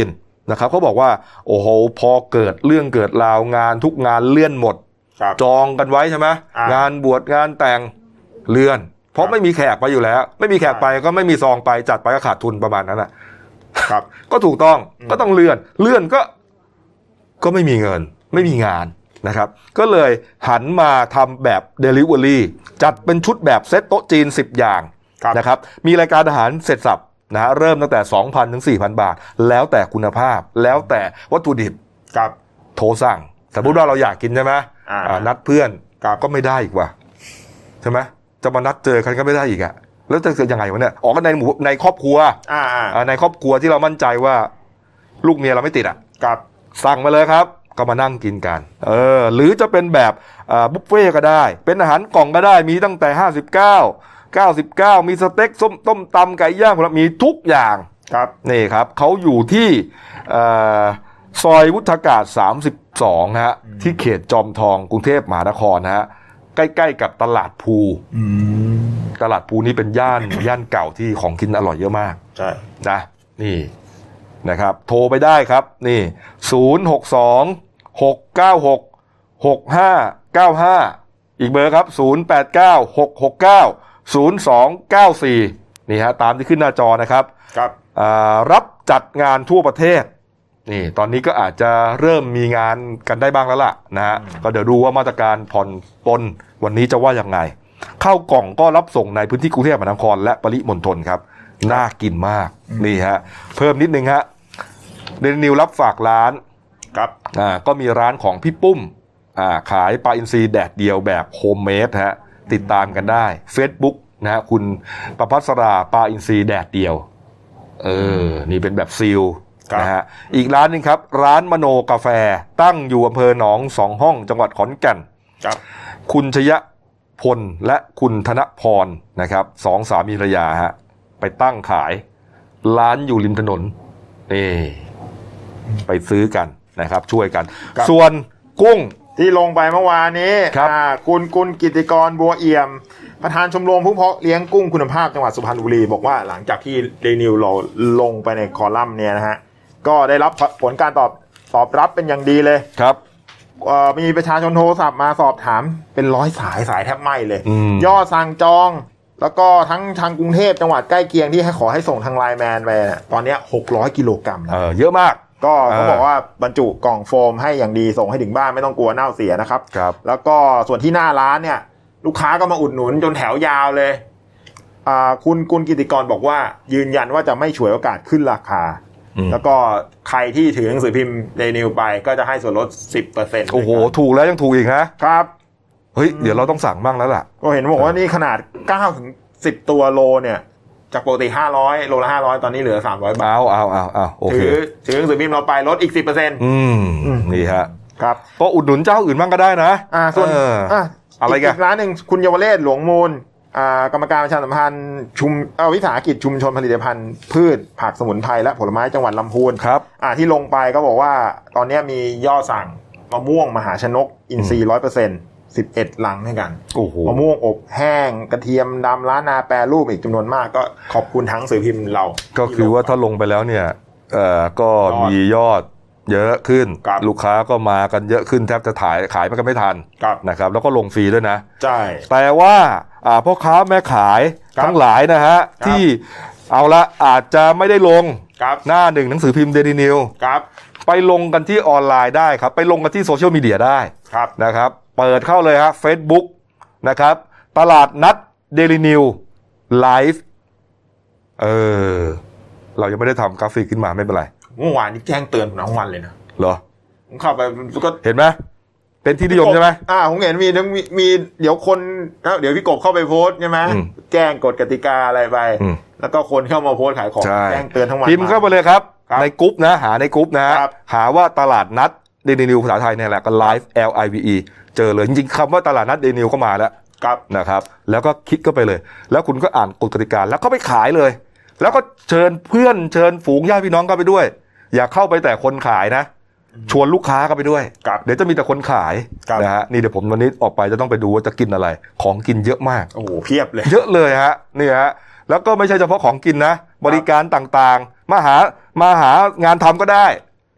นะครับเขาบอกว่าโอ้โหพอเกิดเรื่องเกิดราวงานทุกงานเลื่อนหมดจองกันไว้ใช่ไหมงานบวชงานแต่งเลื่อนเพราะไม่มีแขกไปอยู่แล้วไม่มีแขกไปก็ไม่มีซองไปจัดไปก็ขาดทุนประมาณนั้นแหละครับก็ถูกต้องก็ต้องเลื่อนเลื่อนก็ก็ไม่มีเงินไม่มีงานนะครับก็เลยหันมาทำแบบ Delivery จัดเป็นชุดแบบเซตโต๊ะจีนสิบอย่างนะครับมีรายการอาหารเสร็จสับนะฮะเริ่มตั้งแต่ สองพัน ถึง สี่พัน บาทแล้วแต่คุณภาพแล้วแต่วัตถุดิบครับโทรสั่งสมมุติว่าเราอยากกินใช่ไหมนัดเพื่อนก็ไม่ได้อีกว่ะใช่ไหมจะมานัดเจอกันก็ไม่ได้อีกอะแล้วจะยังไงวะเนี่ยออกกันในหมู่ในครอบครัวในครอบครัวที่เรามั่นใจว่าลูกเมียเราไม่ติดอะสั่งมาเลยครับก็มานั่งกินกันเออหรือจะเป็นแบบบุฟเฟ่ก็ได้เป็นอาหารกล่องก็ได้มีตั้งแต่ห้าสิบเก้า เก้าสิบเก้ามีสเต็กส้มต้มตำไก่ย่างมีทุกอย่างครับนี่ครับเขาอยู่ที่ซอยวุฒากาศสามสิบสองฮะที่เขตจอมทองกรุงเทพมหานครนะฮะใกล้ๆกับตลาดภูตลาดภูนี้เป็นย่าน ย่านเก่าที่ของกินอร่อยเยอะมากใช่นะนี่นะครับโทรไปได้ครับนี่ศูนย์ หก สอง หก เก้า หก หก ห้า เก้า ห้าอีกเบอร์ครับศูนย์ แปด เก้า หก หก เก้า ศูนย์ สอง เก้า สี่นี่ฮะตามที่ขึ้นหน้าจอนะครับครับรับจัดงานทั่วประเทศนี่ตอนนี้ก็อาจจะเริ่มมีงานกันได้บ้างแล้วล่ะนะฮะก็เดี๋ยวดูว่ามาตรการผ่อนปลนวันนี้จะว่ายังไงข้าวกล่องก็รับส่งในพื้นที่กรุงเทพมหานครและปริมณฑลครับน่ากินมากนี่ฮะเพิ่มนิดนึงฮะเดนิวรับฝากร้านครับอ่าก็มีร้านของพี่ปุ้มอ่าขายปลาอินทรีแดดเดียวแบบโฮมเมดฮะติดตามกันได้ Facebook นะฮะคุณประภัสราปลาอินทรีแดดเดียวเออนี่เป็นแบบซีลนะฮะอีกร้านนึงครับร้านมโนกาแฟตั้งอยู่อำเภอหนองสองห้องจังหวัดขอนแก่นครับคุณชยพลและคุณธนพรนะครับสองสามีภรรยาฮะไปตั้งขายร้านอยู่ริมถนนนี่ไปซื้อกันนะครับช่วยกันส่วนกุ้ง
ที่ลงไปเมื่อวานนี้คุณกุลกิติกรบัวเอี่ยมประธานชมรมผู้เพาะเลี้ยงกุ้งคุณภาพจังหวัดสุพรรณบุรีบอกว่าหลังจากที่เดนิวเราลงไปในคอลัมน์เนี่ยนะฮะก็ได้รับผลการตอบตอบรับเป็นอย่างดีเลยครับมีประชาชนโทรศัพท์มาสอบถามเป็นร้อยสายสายแทบไหม้เลยยอดสั่งจองแล้วก็ทั้งทางกรุงเทพจังหวัดใกล้เคียงที่ให้ขอให้ส่งทางไลน์แมนไปตอนนี้หกร้อยกิโลกรัมแล้ว
เยอะมาก
ก็เขาบอกว่าบรรจุกล่องโฟมให้อย่างดีส่งให้ถึงบ้านไม่ต้องกลัวเน่าเสียนะครับครับแล้วก็ส่วนที่หน้าร้านเนี่ยลูกค้าก็มาอุดหนุนจนแถวยาวเลยคุณกุลกิติกรบอกว่ายืนยันว่าจะไม่ฉวยโอกาสขึ้นราคาแล้วก็ใครที่ถือหนังสือพิมพ์เดนิวไปก็จะให้ส่วนลด สิบเปอร์เซ็นต์
โอ้โหถูกแล้วยังถูกอีกฮะครับเฮ้ยเดี๋ยวเราต้องสั่งบ้างแล้วล่ะ
ก็เห็นบอกว่านี่ขนาดเก้าถึงสิบตัวโลเนี่ยจากปกติห้าร้อยโลละห้าร้อยตอนนี้เหลือสามร้อยบาท
เอาเอาเอาเอาโอเค
ถือถือหนังสือพิมพ์เราไปลดอีก สิบเปอร์เซ็นต์
อืมนี่ฮะครับก็อุดหนุนเจ้าอื่นบ้างก็ได้นะ
อ่าส่วนอ่าอะไรกันอีกร้านนึงคุณเยาวเรศหลวงมูลอ่ากรรมการประชาสัมพันธ์ชุมเอ่อวิสาหกิจชุมชนผลิตภัณฑ์พืชผักสมุนไพรและผลไม้จังหวัดลำพูนครับอ่าที่ลงไปก็บอกว่าตอนนี้มียอดสั่งมะม่วงมหาชนกอินทรีย์ ร้อยเปอร์เซ็นต์ สิบเอ็ดลังให้กันมะม่วงอบแห้งกระเทียมดำล้านนาแปรรูปอีกจำนวนมากก็ขอบคุณทั้งสื่อพิมพ์เรา
ก็คือว่าถ้าลงไปแล้วเนี่ยเอ่อก็มียอดเยอะขึ้นลูกค้าก็มากันเยอะขึ้นแทบจะถ่ายขายมันก็ไม่ทันนะครับแล้วก็ลงฟรีด้วยนะ
ใช่
แต่ว่าอ่าพ่อค้าแม่ขายทั้งหลายนะฮะที่เอาละอาจจะไม่ได้ลงหน้าหนึ่งหนังสือพิมพ์เดลินิวไปลงกันที่ออนไลน์ได้ครับไปลงกันที่โซเชียลมีเดียได้นะครับเปิดเข้าเลยฮะ Facebook นะครับตลาดนัดเดลินิวไลฟ์เออเรายังไม่ได้ทำกราฟิกขึ้นมาไม่เป็นไร
เมื่อวานนี้แจ้งเตือนผมทั้งวันเลยนะ
เหรอ
ผมเข้าไปก็
เห็นไหมเป็นที่นิยมใช่ไหม
อ่าผมเห็นมีทั้งมีเดี๋ยวคนเดี๋ยวพี่กบเข้าไปโพสใช่ไหมแจ้งกฎกติกาอะไรไปแล้วก็คนเข้ามาโพสขายของแจ้งเตือนทั้งวัน
พิมพ์เข้าไปเลยครับในกรุ๊ปนะหาในกรุ๊ปนะหาว่าตลาดนัดเดลินิวภาษาไทยเนี่ยแหละก็ไลฟ์ L I V E เจอเลยจริงๆคำว่าตลาดนัดเดลินิวก็มาแล้วนะครับแล้วก็คลิกเข้าไปเลยแล้วคุณก็อ่านกฎกติกาแล้วก็ไปขายเลยแล้วก็เชิญเพื่อนเชิญฝูงญาติพี่น้องเข้าไปด้วยอย่าเข้าไปแต่คนขายนะชวนลูกค้าเข้าไปด้วยเดี๋ยวจะมีแต่คนขายนะฮะนี่เดี๋ยวผมวันนี้ออกไปจะต้องไปดูว่าจะกินอะไรของกินเยอะมาก
โอ้โหเพียบเลย
เยอะเลยฮะนี่ฮะแล้วก็ไม่ใช่เฉพาะของกินนะบริการต่างๆมาหามาหางานทำก็ได้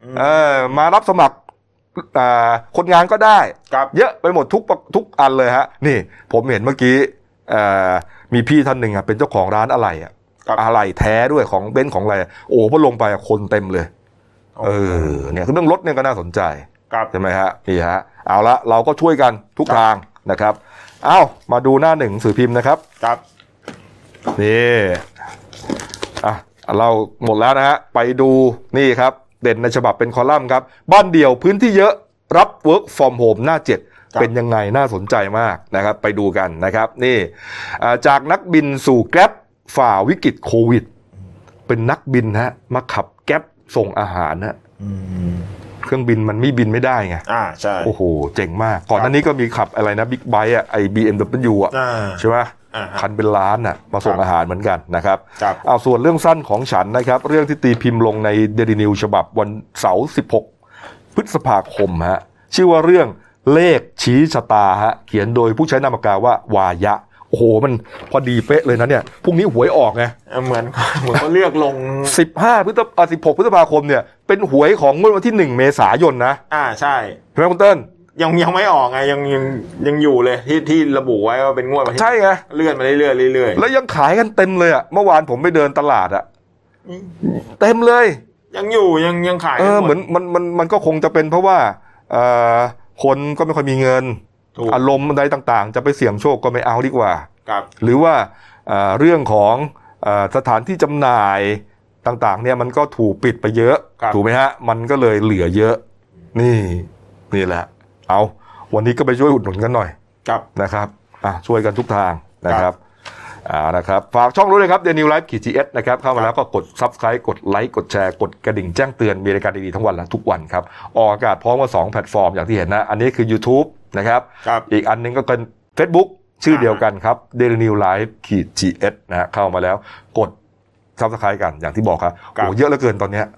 เออมารับสมัครคนงานก็ได้เยอะไปหมดทุกทุกอันเลยฮะนี่ผมเห็นเมื่อกี้มีพี่ท่านหนึ่งอ่ะเป็นเจ้าของร้านอะไหล่อ่ะอะไหล่แท้ด้วยของเบนซ์ของอะไรโอ้พอลงไปคนเต็มเลยเออเนี่ยเรื่องรถเนี่ยก็น่าสนใจใช่ไหมฮะนี่ฮะเอาละเราก็ช่วยกันทุกทางนะครับเอ้ามาดูหน้าหนึ่งสื่อพิมพ์นะครับ
ครับ
นี่อ่ะเราหมดแล้วนะฮะไปดูนี่ครับเด่นในฉบับเป็นคอลัมน์ครับบ้านเดี่ยวพื้นที่เยอะรับ work from home หน้าเจ็ดเป็นยังไงน่าสนใจมากนะครับไปดูกันนะครับนี่จากนักบินสู่แกร็บฝ่าวิกฤตโควิดเป็นนักบินฮะมาขับแกร็บส่งอาหารฮะเครื่องบินมันไม่บินไม่ได้ไง
อ่าใช่
โอ้โหเจ๋งมากก่อนหน้านี้ก็มีขับอะไรนะบิ๊กไบค์อ่ะไอ บี เอ็ม ดับเบิลยู อ่ะใช่ไหมคันเป็นล้านน่ะมาส่งอาหารเหมือนกันนะครับเอาส่วนเรื่องสั้นของฉันนะครับเรื่องที่ตีพิมพ์ลงใน Daily News ฉบับวันเสาร์สิบหกพฤษภาคมฮะชื่อว่าเรื่องเลขชี้ชะตาฮะเขียนโดยผู้ใช้นามปากกาว่าวายะโอ้โหมันพอดีเป๊ะเลยนะเนี่ยพรุ่งนี้หวยออกไง
เหมือนเหมือนเขาเลือกลง
สิบห้าพฤษภาสิบหกพฤษภาคมเนี่ยเป็นหวยของงวดวันที่หนึ่งเมษายนนะ
อ่าใช่
ใช่ไหมคุณเติ้ล
ยังยังไม่ออกไงยังยังยังอยู่เลยที่ที่ระบุไว้ว่าเป็นงวด
ใช่ไง
เลื่อนมาเรื่อยๆเรื่อย
ๆแล้วยังขายกันเต็มเลยอ่ะเมื่อวานผมไปเดินตลาดอ่ะเต็มเลย
ยังอยู่ยังยังขาย
เออเหมือนมันมันมันก็คงจะเป็นเพราะว่าเอ่อคนก็ไม่ค่อยมีเงินอารมณ์อะไรต่างๆจะไปเสี่ยงโชคก็ไม่เอาดีกว่าหรือว่าเรื่องของสถานที่จำหน่ายต่างๆเนี่ยมันก็ถูกปิดไปเยอะถูกไหมฮะมันก็เลยเหลือเยอะนี่นี่แหละเอาวันนี้ก็ไปช่วยอุดหนุนกันหน่อยนะครับอ่ะช่วยกันทุกทางนะครับอ่านะครับฝากช่องด้วยนะครับ The New Life ขีด จี เอส นะครับเข้ามาแล้วก็กด Subscribe กดไลค์กดแชร์กดกระดิ่งแจ้งเตือนมีรายการดีๆทั้งวันและทุกวันครับออกอากาศพร้อมกับสองแพลตฟอร์มอย่างที่เห็นนะอันนี้คือ YouTube นะครับอีกอันนึงก็เป็น Facebook ชื่อเดียวกันครับ The New Life ขีด จี เอส นะฮะเข้ามาแล้วกด Subscribe กันอย่างที่บอกครับโอ้เยอะเหลือเกินตอนเนี้ย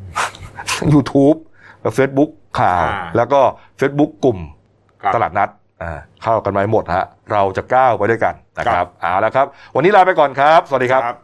YouTube แล้ว Facebook ข่าวแล้วก็ Facebook กลุ่มตลาดนัดเข้ากันมาหมดฮะเราจะก้าวไปด้วยกันนะครับเอาละครับวันนี้ลาไปก่อนครับสวัสดีครับ